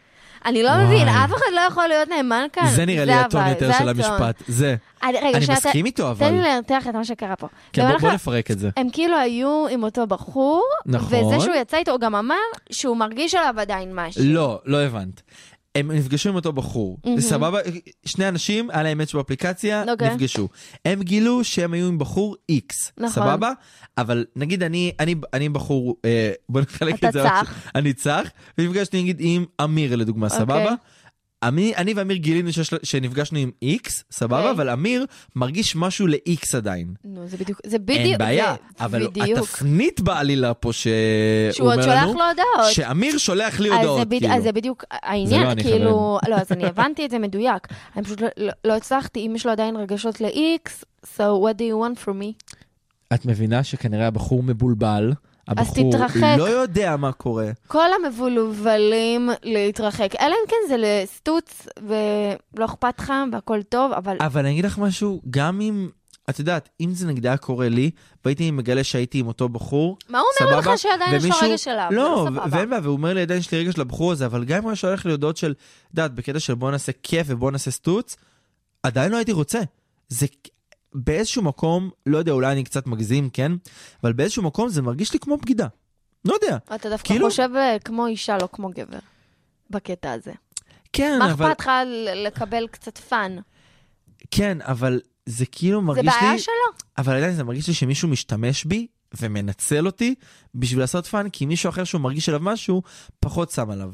אני לא וואי. מבין, אף אחד לא יכול להיות נאמן כאן. זה נראה לי הטון אבל, יותר זה של הטון. המשפט. זה. אני, רגע, אני שנייה, מסכים ת- איתו, אבל... תן לי להרתיח את מה שקרה פה. כן, אני בוא, אומר בוא לך, נפרק את זה. הם כאילו היו עם אותו בחור, נכון. וזה שהוא יצא איתו, הוא גם אמר שהוא מרגיש עליו עדיין משהו. לא, לא הבנת. הם נפגשו עם אותו בחור. סבבה, שני אנשים, על האמת שבאפליקציה, אוקיי. נפגשו. הם גילו שהם היו עם בחור X. נכון. סבבה? אבל נגיד אני, אני, אני בחור, אה, בוא נחלק אתה את זה. צח. אני צח, ונפגשתי נגיד עם אמיר לדוגמה, סבבה? אוקיי. אני, אני ואמיר גילינו שיש, שנפגשנו עם X, סבבה? אוקיי. אבל אבל אמיר מרגיש משהו ל-X עדיין. נו, זה בדיוק, זה בדיוק, אין בעיה, זה אבל בדיוק. התפנית בעלילה פה שהוא שהוא עוד אומר שולח לנו, לו הודעות. שאמיר שולח לי אז הודעות, זה, בד... כאילו. אז זה בדיוק זה העניין, לא אני, כאילו, לא, אז אני הבנתי את זה מדויק. אני פשוט לא, לא, לא הצלחתי, אם יש לו עדיין רגשות ל-X, so what do you want from me? את מבינה שכנראה הבחור מבולבל, הבחור תתרחק. לא יודע מה קורה. כל המבולבלים להתרחק, אלא אם כן זה לסטוץ, ולא אכפת לך, והכל טוב, אבל... אבל אני אגיד לך משהו, גם אם, את יודעת, אם זה נגד היה קורה לי, והייתי מגלה שהייתי עם אותו בחור, מה הוא אומר סבבה? לך שעדיין יש לו ומישהו- רגש אליו? לא, סבבה. ואין בעיה, והוא אומר לי עדיין יש לי רגש לבחור הזה, אבל גם אם הוא שולח לי הודעות של, יודעת, בקטע של בוא נעשה כיף ובוא נעשה סטוץ, עדיין לא הייתי רוצה. זה באיזשהו מקום, לא יודע, אולי אני קצת מגזים, כן? אבל באיזשהו מקום זה מרגיש לי כמו בגידה. לא יודע. אתה דווקא כאילו- חושב אה, כמו אישה, לא כמו גבר, בקטע הזה. כן, מה אבל... אכפת לך ל- לקבל קצת פאן? כן, אבל זה כאילו זה מרגיש לי... בעיה שלו. אבל עדיין זה מרגיש לי שמישהו משתמש בי ומנצל אותי בשביל לעשות פאן, כי מישהו אחר שהוא מרגיש עליו משהו, פחות שם עליו.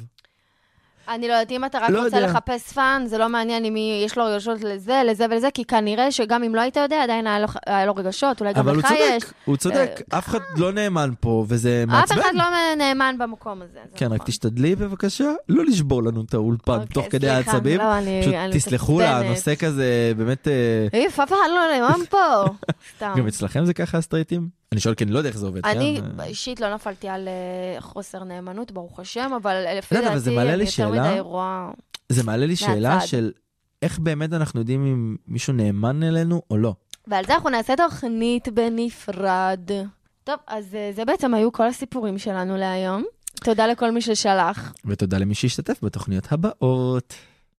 אני לא יודעת, אם אתה רק לא רוצה יודע. לחפש פאן, זה לא מעניין אם יש לו רגשות לזה, לזה ולזה, כי כנראה שגם אם לא היית יודע, עדיין היה לו, היה לו רגשות, אולי גם אבל הוא לך יש. צודק, הוא צודק, אף אחד לא נאמן פה, וזה אף מעצבן. אחד לא נאמן במקום הזה. זה כן, רק נכון. תשתדלי בבקשה, לא לשבור לנו את האולפן אוקיי, תוך כדי סליחה, העצבים. לא, אני- פשוט אני תסלחו לה, מתעצבנת. הנושא כזה באמת... אה, איף, אף אחד לא נאמן פה. סתם. גם אצלכם זה ככה הסטרייטים? אני שואל כי אני לא יודע איך זה עובד. אני כן? אישית לא נפלתי על אה, חוסר נאמנות, ברוך השם, אבל לפי לא יודע, אבל זה דעתי, מעלה אני לי יותר שאלה. מדי רואה... זה מעלה לי שאלה מהצד. של איך באמת אנחנו יודעים אם מישהו נאמן אלינו או לא. ועל זה אנחנו נעשה תוכנית בנפרד. טוב, אז אה, זה בעצם היו כל הסיפורים שלנו להיום. תודה לכל מי ששלח. ותודה למי שהשתתף בתוכניות הבאות.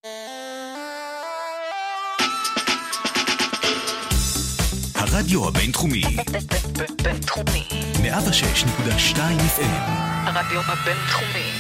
הרדיו הבינתחומי, בינתחומי. מאה ושש נקודה שתיים אף אם. הרדיו הבינתחומי.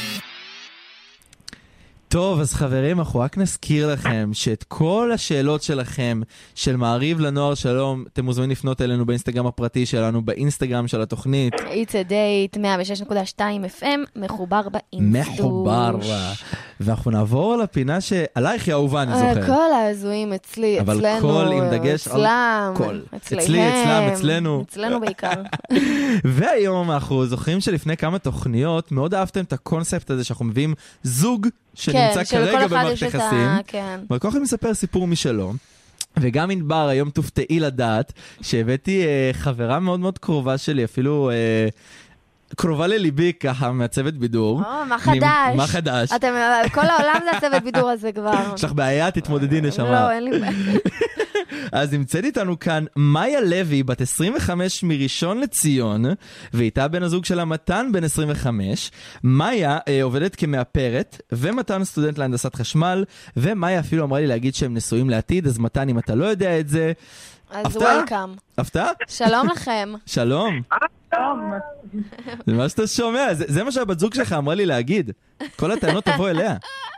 טוב, אז חברים, אנחנו רק נזכיר לכם שאת כל השאלות שלכם, של מעריב לנוער שלום, אתם מוזמנים לפנות אלינו באינסטגרם הפרטי שלנו, באינסטגרם של התוכנית. It's a date, מאה ושש נקודה שתיים אף אם, מחובר באינסטוש. מחובר. ואנחנו נעבור לפינה שעלייך היא אהובה, אני זוכר. כל ההזויים אצלי, אבל אצלנו, קול עם דגש על אצלם, קול. אצלהם, אצלי, אצלם, אצלנו. אצלנו בעיקר. והיום אנחנו זוכרים שלפני כמה תוכניות, מאוד אהבתם את הקונספט הזה שאנחנו מביאים זוג שנמצא כן, שלכל כרגע אחד במערכת יש את יחסים. ה... כן. אבל כל אחד מספר סיפור משלו. וגם ענבר, היום תופתעי לדעת שהבאתי אה, חברה מאוד מאוד קרובה שלי, אפילו אה, קרובה לליבי ככה, מהצוות בידור. או, מה אני- חדש? מה חדש? אתם, כל העולם זה הצוות בידור הזה כבר. יש לך בעיה, תתמודדי נשמה. לא, אין לי בעיה. אז נמצאת איתנו כאן מאיה לוי, בת עשרים וחמש מראשון לציון, ואיתה בן הזוג שלה מתן בן עשרים וחמש. מאיה אה, עובדת כמאפרת, ומתן סטודנט להנדסת חשמל, ומאיה אפילו אמרה לי להגיד שהם נשואים לעתיד, אז מתן, אם אתה לא יודע את זה, אז הפתעה? וולקאם. הפתעה? שלום לכם. שלום. זה מה שאתה שומע, זה, זה מה שהבת זוג שלך אמרה לי להגיד. כל הטענות תבוא אליה.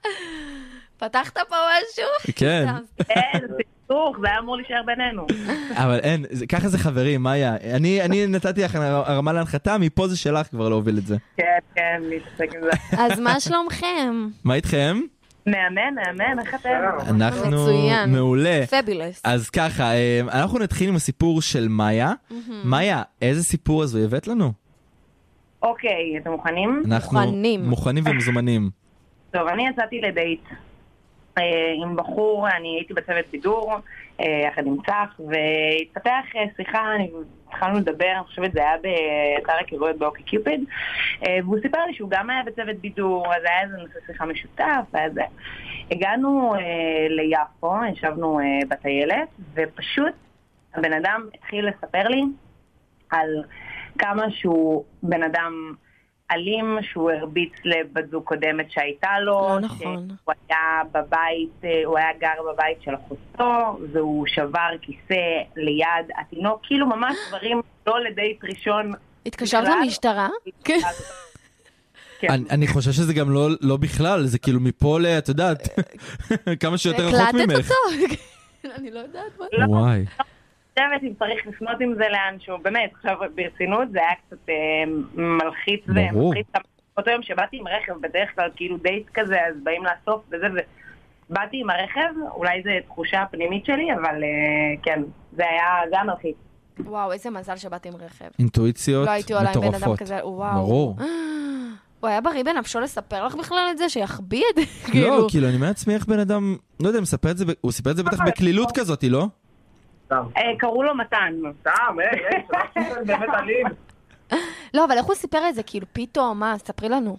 פתחת פה משהו? כן. אין, סיפוך, זה היה אמור להישאר בינינו. אבל אין, זה, ככה זה חברים, מאיה. אני, אני נתתי לך הרמה להנחתה, מפה זה שלך כבר להוביל את זה. כן, כן, להתעסק עם זה. אז מה שלומכם? מה איתכם? מהמם, מהמם, איך אתם? אנחנו מצוין. מעולה. פבולס. אז ככה, אה, אנחנו נתחיל עם הסיפור של מאיה. מאיה, איזה סיפור אז הוא הבאת לנו? אוקיי, אתם מוכנים? אנחנו מוכנים. מוכנים ומזומנים. טוב, אני יצאתי לדייט אה, עם בחור, אני הייתי בצוות בידור, אה, יחד עם צח, והתפתח אה, שיחה, אני, התחלנו לדבר, אני חושבת זה היה באתר היכרויות באוקי קיופיד, אה, והוא סיפר לי שהוא גם היה בצוות בידור, אז היה איזה נושא שיחה משותף, ואז אה, הגענו אה, ליפו, ישבנו אה, בטיילת, ופשוט הבן אדם התחיל לספר לי על כמה שהוא בן אדם אלים שהוא הרביץ לבת זוג קודמת שהייתה לו. לא נכון. שהוא היה בבית, הוא היה גר בבית של אחותו, והוא שבר כיסא ליד התינוק, כאילו ממש דברים לא לדייט ראשון. התקשרת למשטרה? כן. אני, אני חושב שזה גם לא, לא בכלל, זה כאילו מפה ל... את יודעת, כמה שיותר רחוק ממך. הקלטת אותו? אני לא יודעת מה. וואי. אני חושבת אם צריך לפנות עם זה לאנשהו, באמת, עכשיו ברצינות זה היה קצת אה, מלחיץ ומלחיץ. אותו יום שבאתי עם רכב, בדרך כלל כאילו דייט כזה, אז באים לאסוף וזה, ובאתי עם הרכב, אולי זה תחושה פנימית שלי, אבל אה, כן, זה היה גם מלחיץ. וואו, איזה מזל שבאתי עם רכב. אינטואיציות לא הייתי עולה עם בן אדם כזה, וואו. ברור. הוא היה בריא בנפשו לספר לך בכלל את זה, שיחביא את זה, לא, כאילו, אני מעצמי איך בן אדם, לא יודע, מספר את זה, הוא סיפר את זה בטח בקלילות כזאת, לא? קראו לו מתן. סתם, היי, היי, שלא באמת אלים. לא, אבל איך הוא סיפר את זה? כאילו, פתאום, מה? ספרי לנו.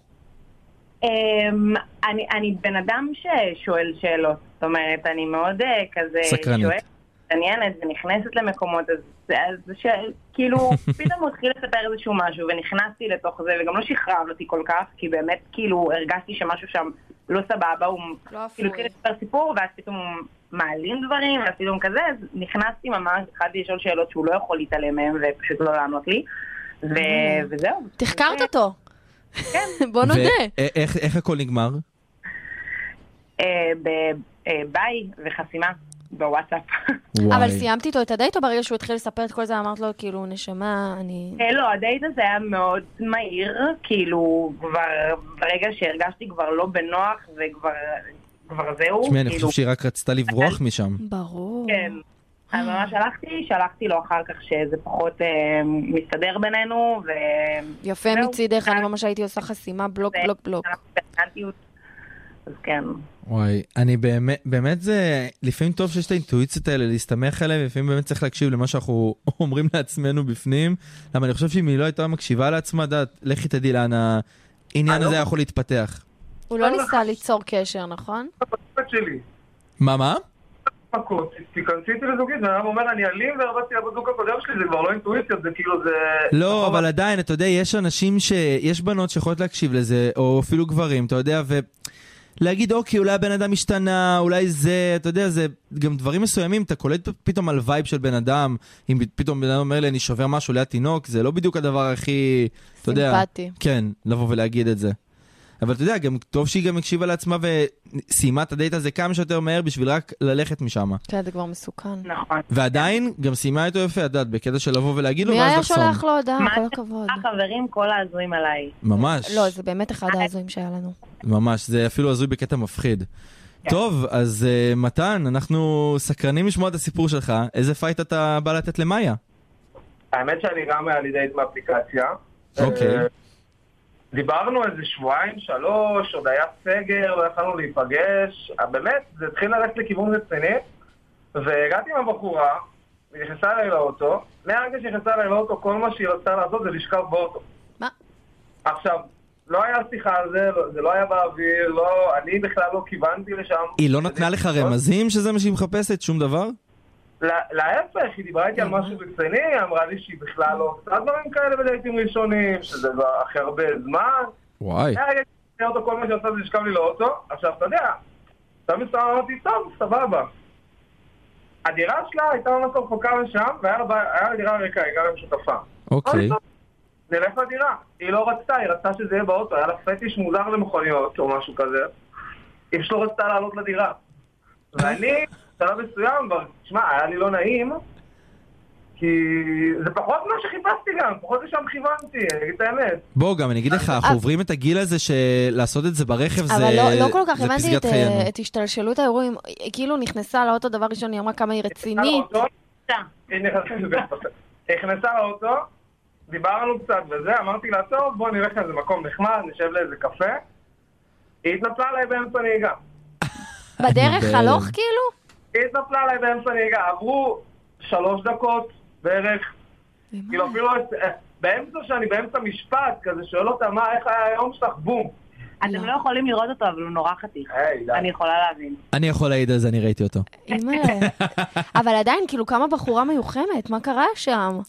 אני בן אדם ששואל שאלות. זאת אומרת, אני מאוד כזה... סקרנית. עניינת ונכנסת למקומות, אז כאילו, פתאום הוא התחיל לספר איזשהו משהו, ונכנסתי לתוך זה, וגם לא שחררתי כל כך, כי באמת, כאילו, הרגשתי שמשהו שם לא סבבה, הוא כאילו התחיל לספר סיפור, ואז פתאום הוא מעלים דברים, ואז פתאום כזה, אז נכנסתי ממש, התחלתי לשאול שאלות שהוא לא יכול להתעלם מהם, ופשוט לא לענות לי, וזהו. תחקרת אותו. כן. בוא נודה. ואיך הכל נגמר? ביי וחסימה. בוואטסאפ. אבל סיימתי איתו את הדייט, או ברגע שהוא התחיל לספר את כל זה, אמרת לו, כאילו, נשמה, אני... לא, הדייט הזה היה מאוד מהיר, כאילו, כבר, ברגע שהרגשתי כבר לא בנוח, וכבר זהו. תשמעי, אני חושב שהיא רק רצתה לברוח משם. ברור. כן. אז ממש שלחתי, שלחתי לו אחר כך שזה פחות מסתדר בינינו, ו... יפה מצידך, אני ממש הייתי עושה חסימה, בלוק, בלוק, בלוק. אז כן. וואי, אני באמת, באמת זה, לפעמים טוב שיש את האינטואיציות האלה להסתמך עליהם, לפעמים באמת צריך להקשיב למה שאנחנו אומרים לעצמנו בפנים, למה אני חושב שאם היא לא הייתה מקשיבה לעצמה, דעת, לכי תדעי לאן העניין הזה יכול להתפתח. הוא לא ניסה ליצור קשר, נכון? מה, מה? תיכנסיתי לזוגית, ואני אומר, אני אלים והרבצתי לבזוג הקודם שלי, זה כבר לא אינטואיציות, זה כאילו זה... לא, אבל עדיין, אתה יודע, יש אנשים שיש בנות שיכולות להקשיב לזה, או אפילו גברים, אתה יודע, ו... להגיד, אוקיי, אולי הבן אדם השתנה, אולי זה, אתה יודע, זה גם דברים מסוימים, אתה קולט פתאום על וייב של בן אדם, אם פתאום בן אדם אומר לי, אני שובר משהו ליד תינוק, זה לא בדיוק הדבר הכי, אתה יודע, סימפטי. כן, לבוא ולהגיד את זה. אבל אתה יודע, גם טוב שהיא גם הקשיבה לעצמה וסיימה את הדייט הזה כמה שיותר מהר בשביל רק ללכת משם. כן, זה כבר מסוכן. נכון. ועדיין, גם סיימה איתו יפה, הדעת, בקטע של לבוא ולהגיד לו, מי ואז היה לחסום. שולח לו הודעה, כל הכבוד. החברים, כל העזויים עליי. ממש. לא, זה באמת אחד העזויים שהיה לנו. ממש, זה אפילו עזוי בקטע מפחיד. טוב, אז uh, מתן, אנחנו סקרנים לשמוע את הסיפור שלך. איזה פייט אתה בא לתת למאיה? האמת שאני גם היה לי דייט באפליקציה. אוקיי. דיברנו איזה שבועיים, שלוש, עוד היה סגר, לא יכולנו להיפגש. באמת, זה התחיל ללכת לכיוון רציני, והגעתי עם הבחורה, היא נכנסה אליי לאוטו, מהרגע שנכנסה אליי לאוטו, כל מה שהיא רצתה לעשות זה לשכב באוטו. מה? עכשיו, לא היה שיחה על זה, זה לא היה באוויר, לא, אני בכלל לא כיוונתי לשם. היא לא נתנה לך רמזים שזה מה שהיא מחפשת? שום דבר? להפך, היא דיברה איתי על משהו רציני, היא אמרה לי שהיא בכלל לא עושה דברים כאלה בדייטים ראשונים, שזה הכי הרבה זמן. וואי. היה רגע שאני אותו, כל מה שעושה זה לשכב לי לאוטו. עכשיו, אתה יודע, אתה מסתכל, אמרתי, טוב, סבבה. הדירה שלה הייתה ממש רחוקה לשם, והיה לה דירה ריקה, היא גרה עם שותפה. אוקיי. נלך לדירה. היא לא רצתה, היא רצתה שזה יהיה באוטו, היה לה פטיש מוזר למכוניות או משהו כזה. היא פשוט לא רצתה לעלות לדירה. ואני, בשלב מסוים, תשמע, היה לי לא נעים, כי זה פחות מה שחיפשתי גם, פחות לשם כיוונתי, אני אגיד את האמת. בוא, גם אני אגיד לך, אנחנו עוברים את הגיל הזה שלעשות את זה ברכב זה פסגת חיינו. אבל לא כל כך הבנתי את השתלשלות האירועים, כאילו נכנסה לאוטו, דבר ראשון, היא אמרה כמה היא רצינית. היא נכנסה לאוטו, דיברנו קצת וזה, אמרתי לה, טוב, בוא נלך לאיזה מקום נחמד, נשב לאיזה קפה. היא התנפלה עליי באמצע נהיגה. בדרך הלוך כאילו? היא התנפלה עליי באמצע נהיגה, עברו שלוש דקות בערך, כאילו אפילו באמצע שאני באמצע משפט, כזה שואל אותה מה, איך היה היום שלך, בום. אתם לא יכולים לראות אותו, אבל הוא נורא חתיך. אני יכולה להבין. אני יכול להעיד על זה, אני ראיתי אותו. אבל עדיין, כאילו כמה בחורה מיוחמת, מה קרה שם? ככה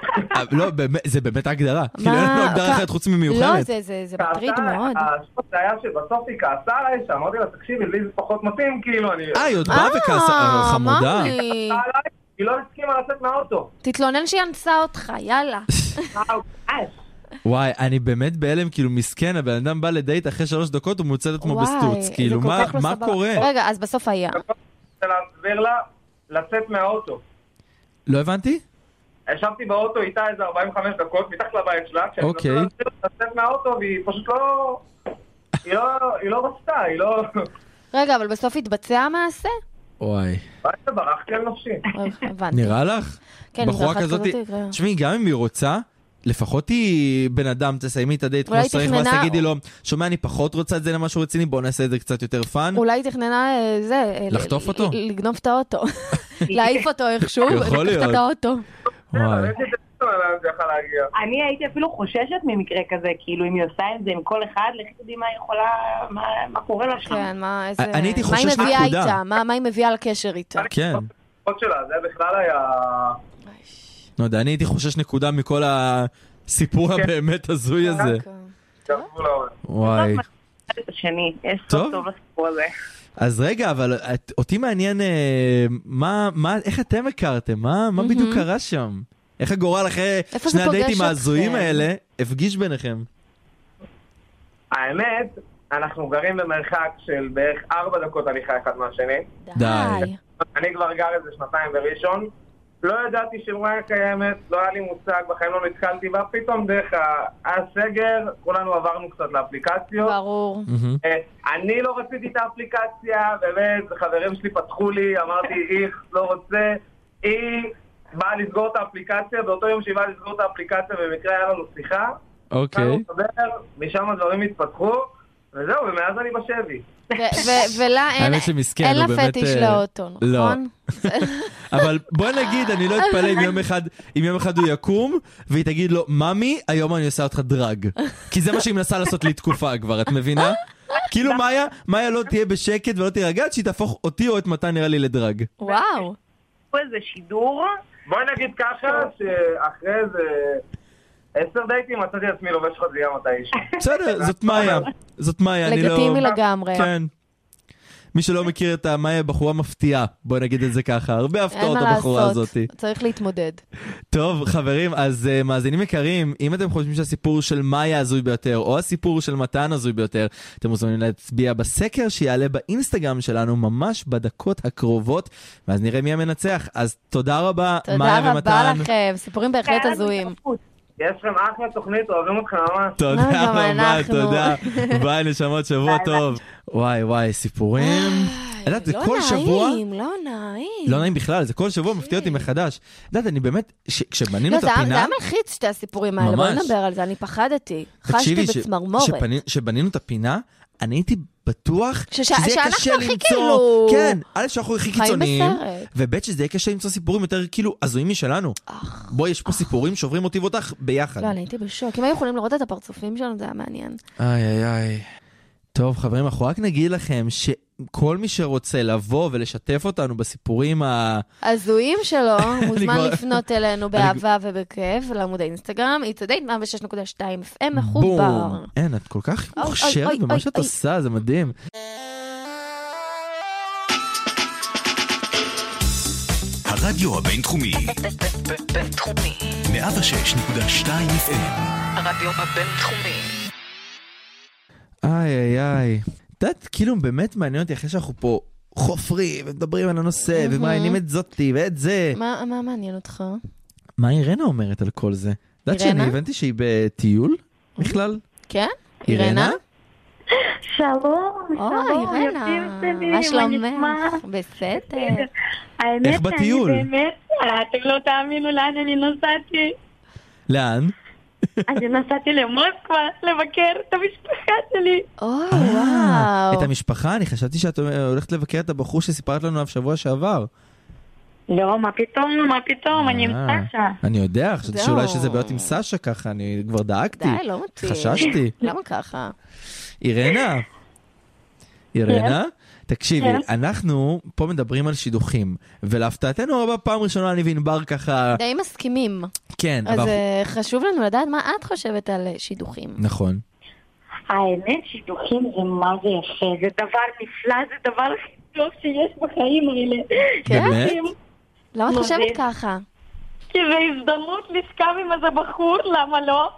לא, באמת- זה באמת ההגדרה. כאילו אין לנו הגדרה כ- אחרת חוץ לא, ממיוחדת. זה- זה זה כעסה מטריד עליי, מאוד. השפוט זה היה שבסוף היא כעסה עליי, שאמרתי לה, תקשיבי, לי זה פחות מתאים, כאילו, אני... אה, היא עוד באה וכעסה, אה, חמודה. מאמי. כעסה עליי, היא לא הסכימה לצאת מהאוטו. תתלונן שהיא אנסה אותך, יאללה. וואו, אש. וואי, אני באמת בהלם, כאילו מסכן, הבן אדם בא לדייט אחרי שלוש דקות, הוא מוצא את עצמו וואי, בסטוץ. זה כאילו, כל מה כך לא מה סבבה. קורה? רגע, אז בסוף היה. רוצה להסביר לה, לצאת מהאוטו. לא הבנתי? ישבתי באוטו איתה איזה ארבעים וחמש דקות, מתחת לבית שלה, כשאני אוקיי. מנסה להסביר לה לצאת מהאוטו, והיא פשוט לא... היא לא, היא לא רצתה, היא לא... רגע, אבל בסוף התבצע המעשה? וואי. וואי, ברחתי על נפשי. הבנתי. נראה לך? כן, בחורה אחת כזאת, כזאת יקרה. תשמעי, גם אם היא רוצה, לפחות היא בן אדם, תסיימי את הדייט כמו אולי שצריך, ואז תכננה- תגידי לו, שומע, אני פחות רוצה את זה למשהו רציני, בוא נעשה את זה קצת יותר פאן. אולי היא תכננה אה, זה... אה, לחטוף ל- אותו? ל- לגנוב את האוטו. להעיף אותו איכשהו, יכול ולקחת להיות. את האוטו. וואי. אבל איזה דייט לאן זה יכול להגיע. אני הייתי אפילו חוששת ממקרה כזה, כאילו אם היא עושה את זה עם כל אחד, לכי תדעי מה היא יכולה, מה- מה קורה לה שם. כן, מה, איזה... אני הייתי מה היא חושש מביאה נקודה. איתה? מה מה היא מביאה לקשר איתה? כן. הפחות שלה, זה בכלל היה... לא יודע, אני הייתי חושש נקודה מכל הסיפור הבאמת הזוי הזה. גבול העולם. וואי. את השני, יש טוב. סוף טוב לסיפור הזה. אז רגע, אבל את- אותי מעניין, אה, מה, מה, איך אתם הכרתם? מה, מה בדיוק קרה שם? איך הגורל אחרי איפה שני זה פוגש הדייטים ההזויים אתכם? האלה הפגיש ביניכם? האמת, אנחנו גרים במרחק של בערך ארבע דקות הליכה אחד מהשני. די. אני כבר גר איזה שנתיים בראשון. לא ידעתי שמריה קיימת, לא היה לי מושג, בחיים לא נתקלתי בה, פתאום דרך ה- הסגר, כולנו עברנו קצת לאפליקציות. ברור. מהמם. אה, אני לא רציתי את האפליקציה, באמת, חברים שלי פתחו לי, אמרתי, איך, לא רוצה. היא באה לסגור את האפליקציה, באותו יום שהיא באה לסגור את האפליקציה, במקרה היה לנו שיחה. אוקיי. התחלנו לדבר, משם הדברים התפתחו, וזהו, ומאז אני בשבי. ו- ו- ולה אין... האמת שמסכן, אין הוא לה באמת, פטיש אה, לאוטו, לא. נכון? אבל בוא נגיד, אני לא אתפלא אם יום אחד, אם יום אחד הוא יקום, והיא תגיד לו, ממי, היום אני עושה אותך דרג. כי זה מה שהיא מנסה לעשות לי תקופה כבר, את מבינה? כאילו מאיה, מאיה לא תהיה בשקט ולא תירגע, עד שהיא תהפוך אותי או את מתן נראה לי לדרג. וואו. פה איזה שידור, בואי נגיד ככה, שאחרי איזה עשר דייטים מצאתי עצמי לובש חזייה מתישהו. בסדר, זאת מאיה. זאת מאיה, אני לא... לגיטימי לגמרי. כן. מי שלא מכיר את המאיה, בחורה מפתיעה, בוא נגיד את זה ככה. הרבה אין הפתעות מה הבחורה לעשות. הזאת. צריך להתמודד. טוב, חברים, אז uh, מאזינים יקרים, אם אתם חושבים שהסיפור של מאיה הזוי ביותר, או הסיפור של מתן הזוי ביותר, אתם מוזמנים להצביע בסקר שיעלה באינסטגרם שלנו ממש בדקות הקרובות, ואז נראה מי המנצח. אז תודה רבה, מאיה תודה ומתן. רבה לכם, סיפורים בהחלט הזויים. יש לכם אחלה תוכנית, אוהבים אתכם ממש. תודה אה, גם רבה, אנחנו. תודה. ביי, נשמות, שבוע טוב. וואי, וואי, סיפורים. יודעת, זה כל שבוע... לא נעים, לא נעים. לא נעים בכלל, זה כל שבוע מפתיע אותי מחדש. יודעת, אני באמת, ש- כשבנינו לא, את זה היה- זה הפינה... היה מלחיץ שתי הסיפורים האלה, בואי ממש. נדבר על זה, אני פחדתי. חשתי תקשיבי, ש- בצמרמורת. שפני- שבנינו את הפינה, אני הייתי בטוח שש- שזה יהיה שאנחנו קשה הכי למצוא... כאילו- כן, א' שאנחנו הכי חיים קיצוניים, בסרט. וב' שזה יהיה קשה למצוא סיפורים יותר כאילו הזויים משלנו. בואי, יש פה סיפורים שעוברים אותי ואותך ביחד. לא, אני הייתי בשוק. אם היו יכולים לראות את הפרצופים שלנו, זה היה מעניין. איי איי איי. טוב, חברים, אנחנו רק נגיד לכם שכל מי שרוצה לבוא ולשתף אותנו בסיפורים ה... הזויים שלו, מוזמן כבר- לפנות אלינו באהבה ובכיף, לעמוד האינסטגרם, It's a Date מאה ושש נקודה שתיים אף אם מחובר. בום. אין, את כל כך אוי, מוכשרת אוי, במה אוי, שאת אוי. עושה, זה מדהים. הרדיו הבינתחומי, בינתחומי. מאה ושש נקודה שתיים אף אם. הרדיו הבינתחומי. איי איי איי. את יודעת, כאילו באמת מעניין אותי אחרי שאנחנו פה חופרים ומדברים על הנושא ומעיינים את זאתי ואת זה. מה מה מעניין אותך? מה אירנה אומרת על כל זה? את יודעת אירנה? שאני הבנתי שהיא בטיול בכלל? כן? אירנה? אירנה? שלום, או, שלום, אירנה, יפים שלי, מה שלומך? נשמע? בסדר. האמת איך בטיול? שאני באמת, אתם לא תאמינו לאן אני נסעתי. לאן? אני נסעתי למוסקבה לבקר את המשפחה שלי. או, אה, וואו. את המשפחה? אני חשבתי שאת הולכת לבקר את הבחור שסיפרת לנו עליו שבוע שעבר. לא, מה פתאום, מה פתאום, אני עם אה, סשה. אני יודע, חשבתי זהו. שאולי שזה בעיות עם סשה ככה, אני כבר דאגתי. די, לא מתאים. חששתי. למה ככה? אירנה? אירנה? תקשיבי, אנחנו פה מדברים על שידוכים, ולהפתעתנו הרבה פעם ראשונה אני וענבר ככה... די מסכימים. כן, אז אבל... חשוב לנו לדעת מה את חושבת על שידוכים. נכון. האמת, שידוכים זה מה זה יפה, זה דבר נפלא, זה דבר הכי טוב שיש בחיים האלה. באמת? למה את חושבת ככה? כי זה הזדמנות לשכב עם איזה בחור, למה לא?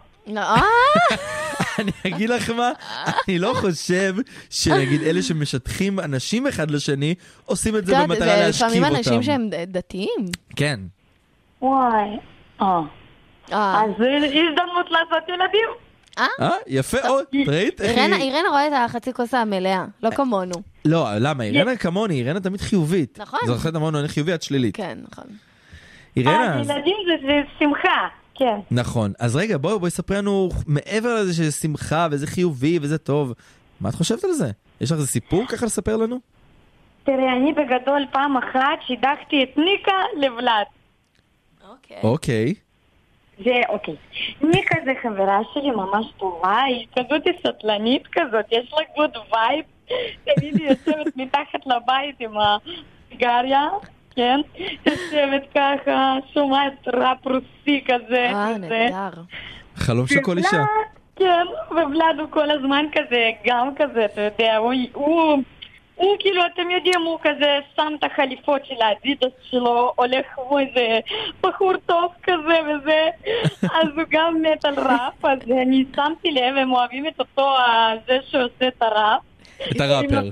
אני אגיד לך מה, אני לא חושב שנגיד אלה שמשטחים אנשים אחד לשני, עושים את זה במטרה להשכיב אותם. זה לפעמים אנשים שהם דתיים. כן. וואי. אה. אז זה הזדמנות לעשות ילדים. אה, יפה עוד, ראית? אירנה רואה את החצי כוס המלאה, לא כמונו. לא, למה? אירנה כמוני, אירנה תמיד חיובית. נכון. זו אחת אמרנו, אני חיובי, את שלילית. כן, נכון. אירנה... ילדים זה שמחה, כן. נכון. אז רגע, בואי, בואי ספרי לנו מעבר לזה שזה שמחה וזה חיובי וזה טוב. מה את חושבת על זה? יש לך איזה סיפור ככה לספר לנו? תראה, אני בגדול פעם אחת שידכתי את ניקה לבלד. אוקיי. אוקיי. זה, אוקיי. ניקה זה חברה שלי ממש טובה, היא כזאת סטלנית כזאת, יש לה גוד וייב. תמיד היא יושבת מתחת לבית עם הסיגריה, כן? יושבת ככה, שומעת ראפ רוסי כזה. אה, נהדר. חלום של כל אישה. כן, ובלד הוא כל הזמן כזה, גם כזה, אתה יודע, הוא, הוא, הוא כאילו, אתם יודעים, הוא כזה שם את החליפות של האדידס שלו, הולך כמו איזה בחור טוב כזה וזה, אז הוא גם מת על ראפ, אז אני שמתי לב, הם אוהבים את אותו, זה שעושה את הראפ. את הראפר.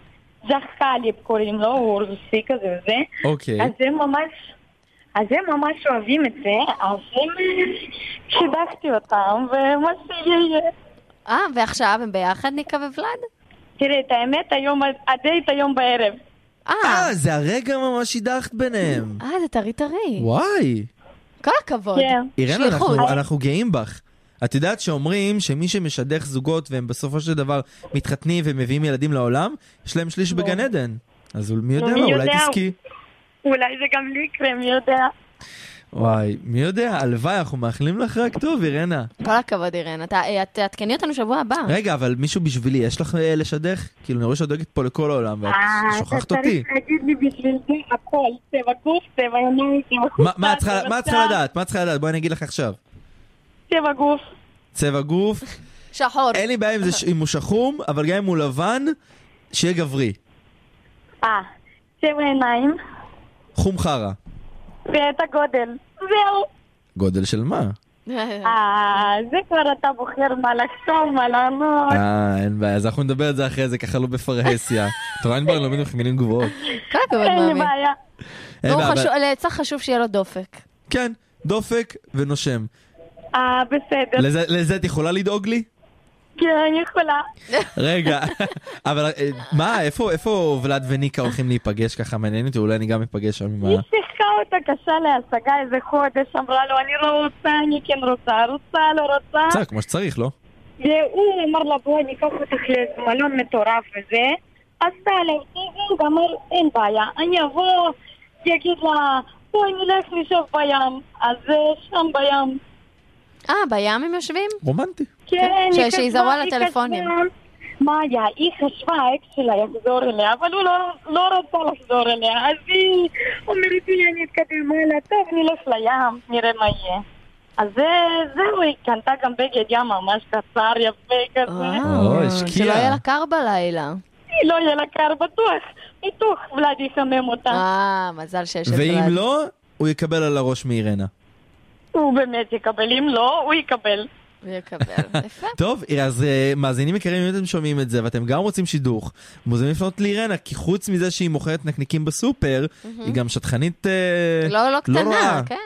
ז'חליב קוראים לו, הוא רוסי כזה וזה. אוקיי. אז הם ממש... אז הם ממש אוהבים את זה, אז הם שידכתי אותם, ומה שיהיה. אה, ועכשיו הם ביחד, ניקה ובלד? תראה, את האמת, היום, הדייט היום בערב. אה, זה הרגע ממש שידכת ביניהם. אה, זה טרי טרי. וואי. כל הכבוד. אירנה, אנחנו, אנחנו גאים בך. את יודעת שאומרים שמי שמשדך זוגות והם בסופו של דבר מתחתנים ומביאים ילדים לעולם, יש להם שליש בגן עדן. אז מי יודע מה, אולי תסכי. אולי זה גם לי יקרה, מי יודע. וואי, מי יודע, הלוואי, אנחנו מאחלים לך רק טוב, אירנה. כל הכבוד, אירנה. תעדכני אותנו שבוע הבא. רגע, אבל מישהו בשבילי, יש לך לשדך? כאילו, אני רואה שאת דואגת פה לכל העולם, ואת שוכחת אותי. אתה צריך להגיד לי בשביל זה הכל, צבע גוף, צבע עיניים, צבע חוצה. מה את צריכה לדעת? מה את צריכה לדעת? בואי אני אגיד לך עכשיו. צבע גוף. צבע גוף. שחור. אין לי בעיה אם הוא שחום, אבל גם אם הוא לבן, שיהיה גברי. אה, צבע עיניים. חום חרה. ואת הגודל. זהו. גודל של מה? אה, זה כבר אתה בוחר מה לחשוב, מה לענות. אה, אין בעיה. אז אנחנו נדבר על זה אחרי זה, ככה לא בפרהסיה. תורה אין בר, לא מבינים מילים גבוהות. כל הכבוד, אין לי מאמי. בעיה. צריך חשוב שיהיה לו דופק. כן, דופק ונושם. אה, בסדר. לזה את יכולה לדאוג לי? כן, אני יכולה. רגע, אבל מה, איפה ולד וניקה הולכים להיפגש ככה? מעניין אותי, אולי אני גם אפגש שם עם ה... היא שיחקה אותה קשה להשגה איזה חודש, אמרה לו, אני לא רוצה, אני כן רוצה, רוצה, לא רוצה. בסדר, כמו שצריך, לא? והוא אמר לה, בואי, אני אקח אותך למלון מטורף וזה. עשתה עליו טיבי, ואמר, אין בעיה, אני אבוא, יגיד לה, בואי נלך לשאוף בים. אז שם בים. אה, בים הם יושבים? רומנטי. כן, שיזרו על הטלפונים. מה היה? היא חשבה, האקס שלה יחזור אליה, אבל הוא לא רצה לחזור אליה, אז היא אומרת לי, אני אתקדם הלאה, טוב, נלך לים, נראה מה יהיה. אז זהו, היא קנתה גם בגד ים ממש קצר, יפה כזה. שלא יהיה לה קר בלילה. לא יהיה לה קר, בטוח. בטוח ולד יחמם אותה. אה, מזל שיש את ולד. ואם לא, הוא יקבל על הראש מאירנה. הוא באמת יקבל, אם לא, הוא יקבל. הוא יקבל, יפה. טוב, אז מאזינים יקרים, אם אתם שומעים את זה, ואתם גם רוצים שידוך, מוזמנים לפנות לאירנה, כי חוץ מזה שהיא מוכרת נקניקים בסופר, היא גם שטחנית לא לא קטנה, כן.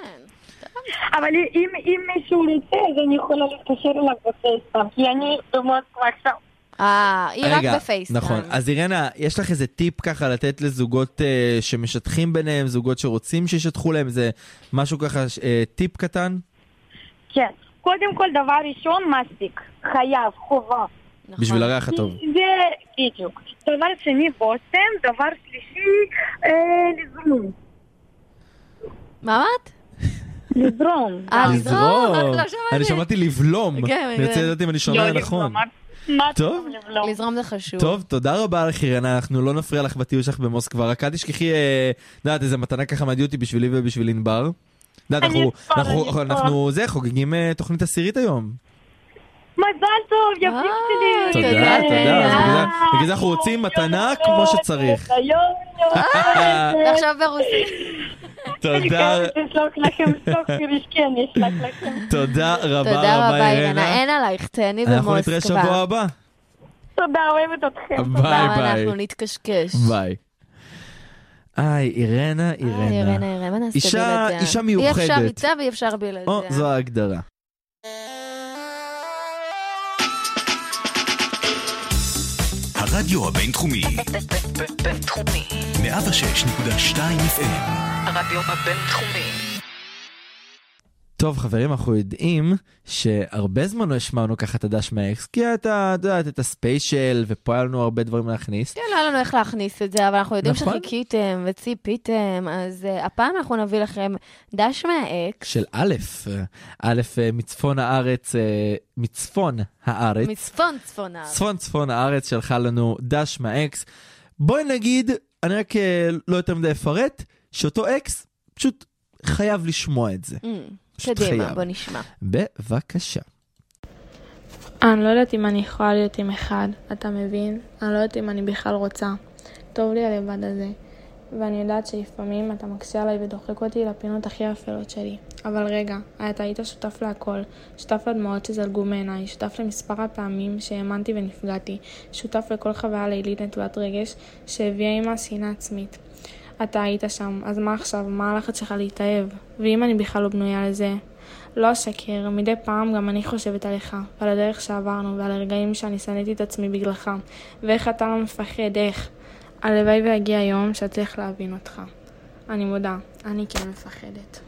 אבל אם מישהו רוצה, אז אני יכולה להתקשר אליו בפייסטאם, כי אני במוסקבה עכשיו. אה, היא רק בפייסטאם. נכון, אז אירנה, יש לך איזה טיפ ככה לתת לזוגות שמשטחים ביניהם, זוגות שרוצים שישטחו להם, זה משהו ככה, טיפ קטן? כן, קודם כל דבר ראשון מספיק, חייב, חובה. בשביל הריח הטוב. זה בדיוק. דבר שני בושם, דבר שלישי, לזרום. מה אמרת? לזרום. אה, לזרום. אני שמעתי לבלום. אני רוצה לדעת אם אני שומע נכון. מה טוב. טוב לבלום? לזרום זה חשוב. טוב, תודה רבה לך אירנה, אנחנו לא נפריע לך בטיול שלך במוסקבה, רק אל תשכחי, אה, יודעת, איזה מתנה ככה מדהים אותי בשבילי ובשביל ענבר. יודעת, אני אנחנו, אספור, אנחנו, אני אספור. אנחנו, זה, חוגגים אה, תוכנית עשירית היום. מזל טוב, יפים אה, שלי. תודה, תודה. תודה, אז בגלל- אה, בגלל זה אנחנו רוצים מתנה כמו שצריך. היום יום. ועכשיו ברוסית. תודה, אני אשלח לכם סוף פרישקי, אני אשלח לכם. תודה רבה תודה רבה, אירנה. אירנה. אין עלייך, תהני אנחנו נתראה שבוע במוסקבה. הבא. תודה, אוהבת אתכם. ביי גם ביי. אנחנו נתקשקש. ביי. איי, אירנה, אה, אירנה, אירנה. אירנה, נעשה אישה- בלעדיה. אישה אי אפשר מיוחדת. איתה ואי אפשר בלעדיה. או, זו ההגדרה. הרדיו הבינתחומי, בינתחומי. מאה ושש נקודה שתיים אף אם. הרדיו הבינתחומי. טוב חברים, אנחנו יודעים שהרבה זמן לא השמענו ככה את הדש מהאקס, כי אתה יודעת את הספיישל, ופה היה לנו הרבה דברים להכניס. כן, לא היה לנו איך להכניס את זה, אבל אנחנו יודעים נכון. שחיכיתם וציפיתם, אז uh, הפעם אנחנו נביא לכם דש מהאקס. של א', א' מצפון הארץ, אה, מצפון הארץ, מצפון צפון הארץ. צפון צפון הארץ שלחה לנו דש מהאקס. בואי נגיד, אני רק אה, לא יותר מדי אפרט, שאותו אקס פשוט חייב לשמוע את זה. Mm, פשוט קדימה, חייב. בוא נשמע. בבקשה. אני לא יודעת אם אני יכולה להיות עם אחד, אתה מבין? אני לא יודעת אם אני בכלל רוצה. טוב לי הלבד הזה. ואני יודעת שלפעמים אתה מקשה עליי ודוחק אותי לפינות הכי אפלות שלי. אבל רגע, אתה היית שותף להכל. שותף לדמעות שזלגו מעיניי. שותף למספר הפעמים שהאמנתי ונפגעתי. שותף לכל חוויה לילית נטולת רגש שהביאה עימה שנאה עצמית. אתה היית שם, אז מה עכשיו? מה הלחץ שלך להתאהב? ואם אני בכלל לא בנויה לזה? לא אשקר, מדי פעם גם אני חושבת עליך, ועל הדרך שעברנו, ועל הרגעים שאני שנאתי את עצמי בגללך, ואיך אתה לא מפחד, איך? הלוואי והגיע היום שצריך להבין אותך. אני מודה, אני כן מפחדת.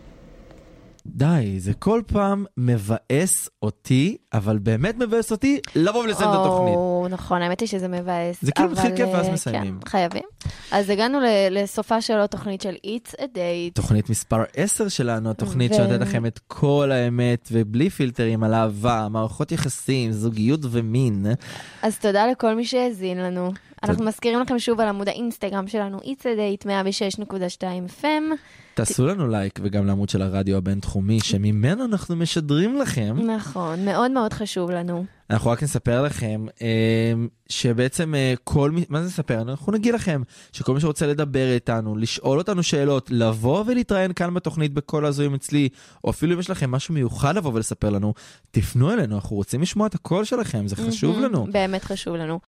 די, זה כל פעם מבאס אותי, אבל באמת מבאס אותי לבוא ולסיים את התוכנית. או, נכון, האמת היא שזה מבאס. זה כאילו אבל, מתחיל כיף ואז אה, מסיימים. כן, חייבים. אז הגענו ל- לסופה של התוכנית של It's a Date. תוכנית מספר עשר שלנו, התוכנית ו- שנותנת לכם את כל האמת, ובלי פילטרים על אהבה, מערכות יחסים, זוגיות ומין. אז תודה לכל מי שהאזין לנו. אנחנו מזכירים לכם שוב על עמוד האינסטגרם שלנו, It's a Date מאה ושש נקודה שתיים אף אם. תעשו לנו לייק, וגם לעמוד של הרדיו הבינתחומי, שממנו אנחנו משדרים לכם. נכון, מאוד מאוד חשוב לנו. אנחנו רק נספר לכם אה, שבעצם אה, כל מי, מה זה נספר? אנחנו נגיד לכם שכל מי שרוצה לדבר איתנו, לשאול אותנו שאלות, לבוא ולהתראיין כאן בתוכנית בכל הזויים אצלי, או אפילו אם יש לכם משהו מיוחד לבוא ולספר לנו, תפנו אלינו, אנחנו רוצים לשמוע את הקול שלכם, זה חשוב לנו. באמת חשוב לנו.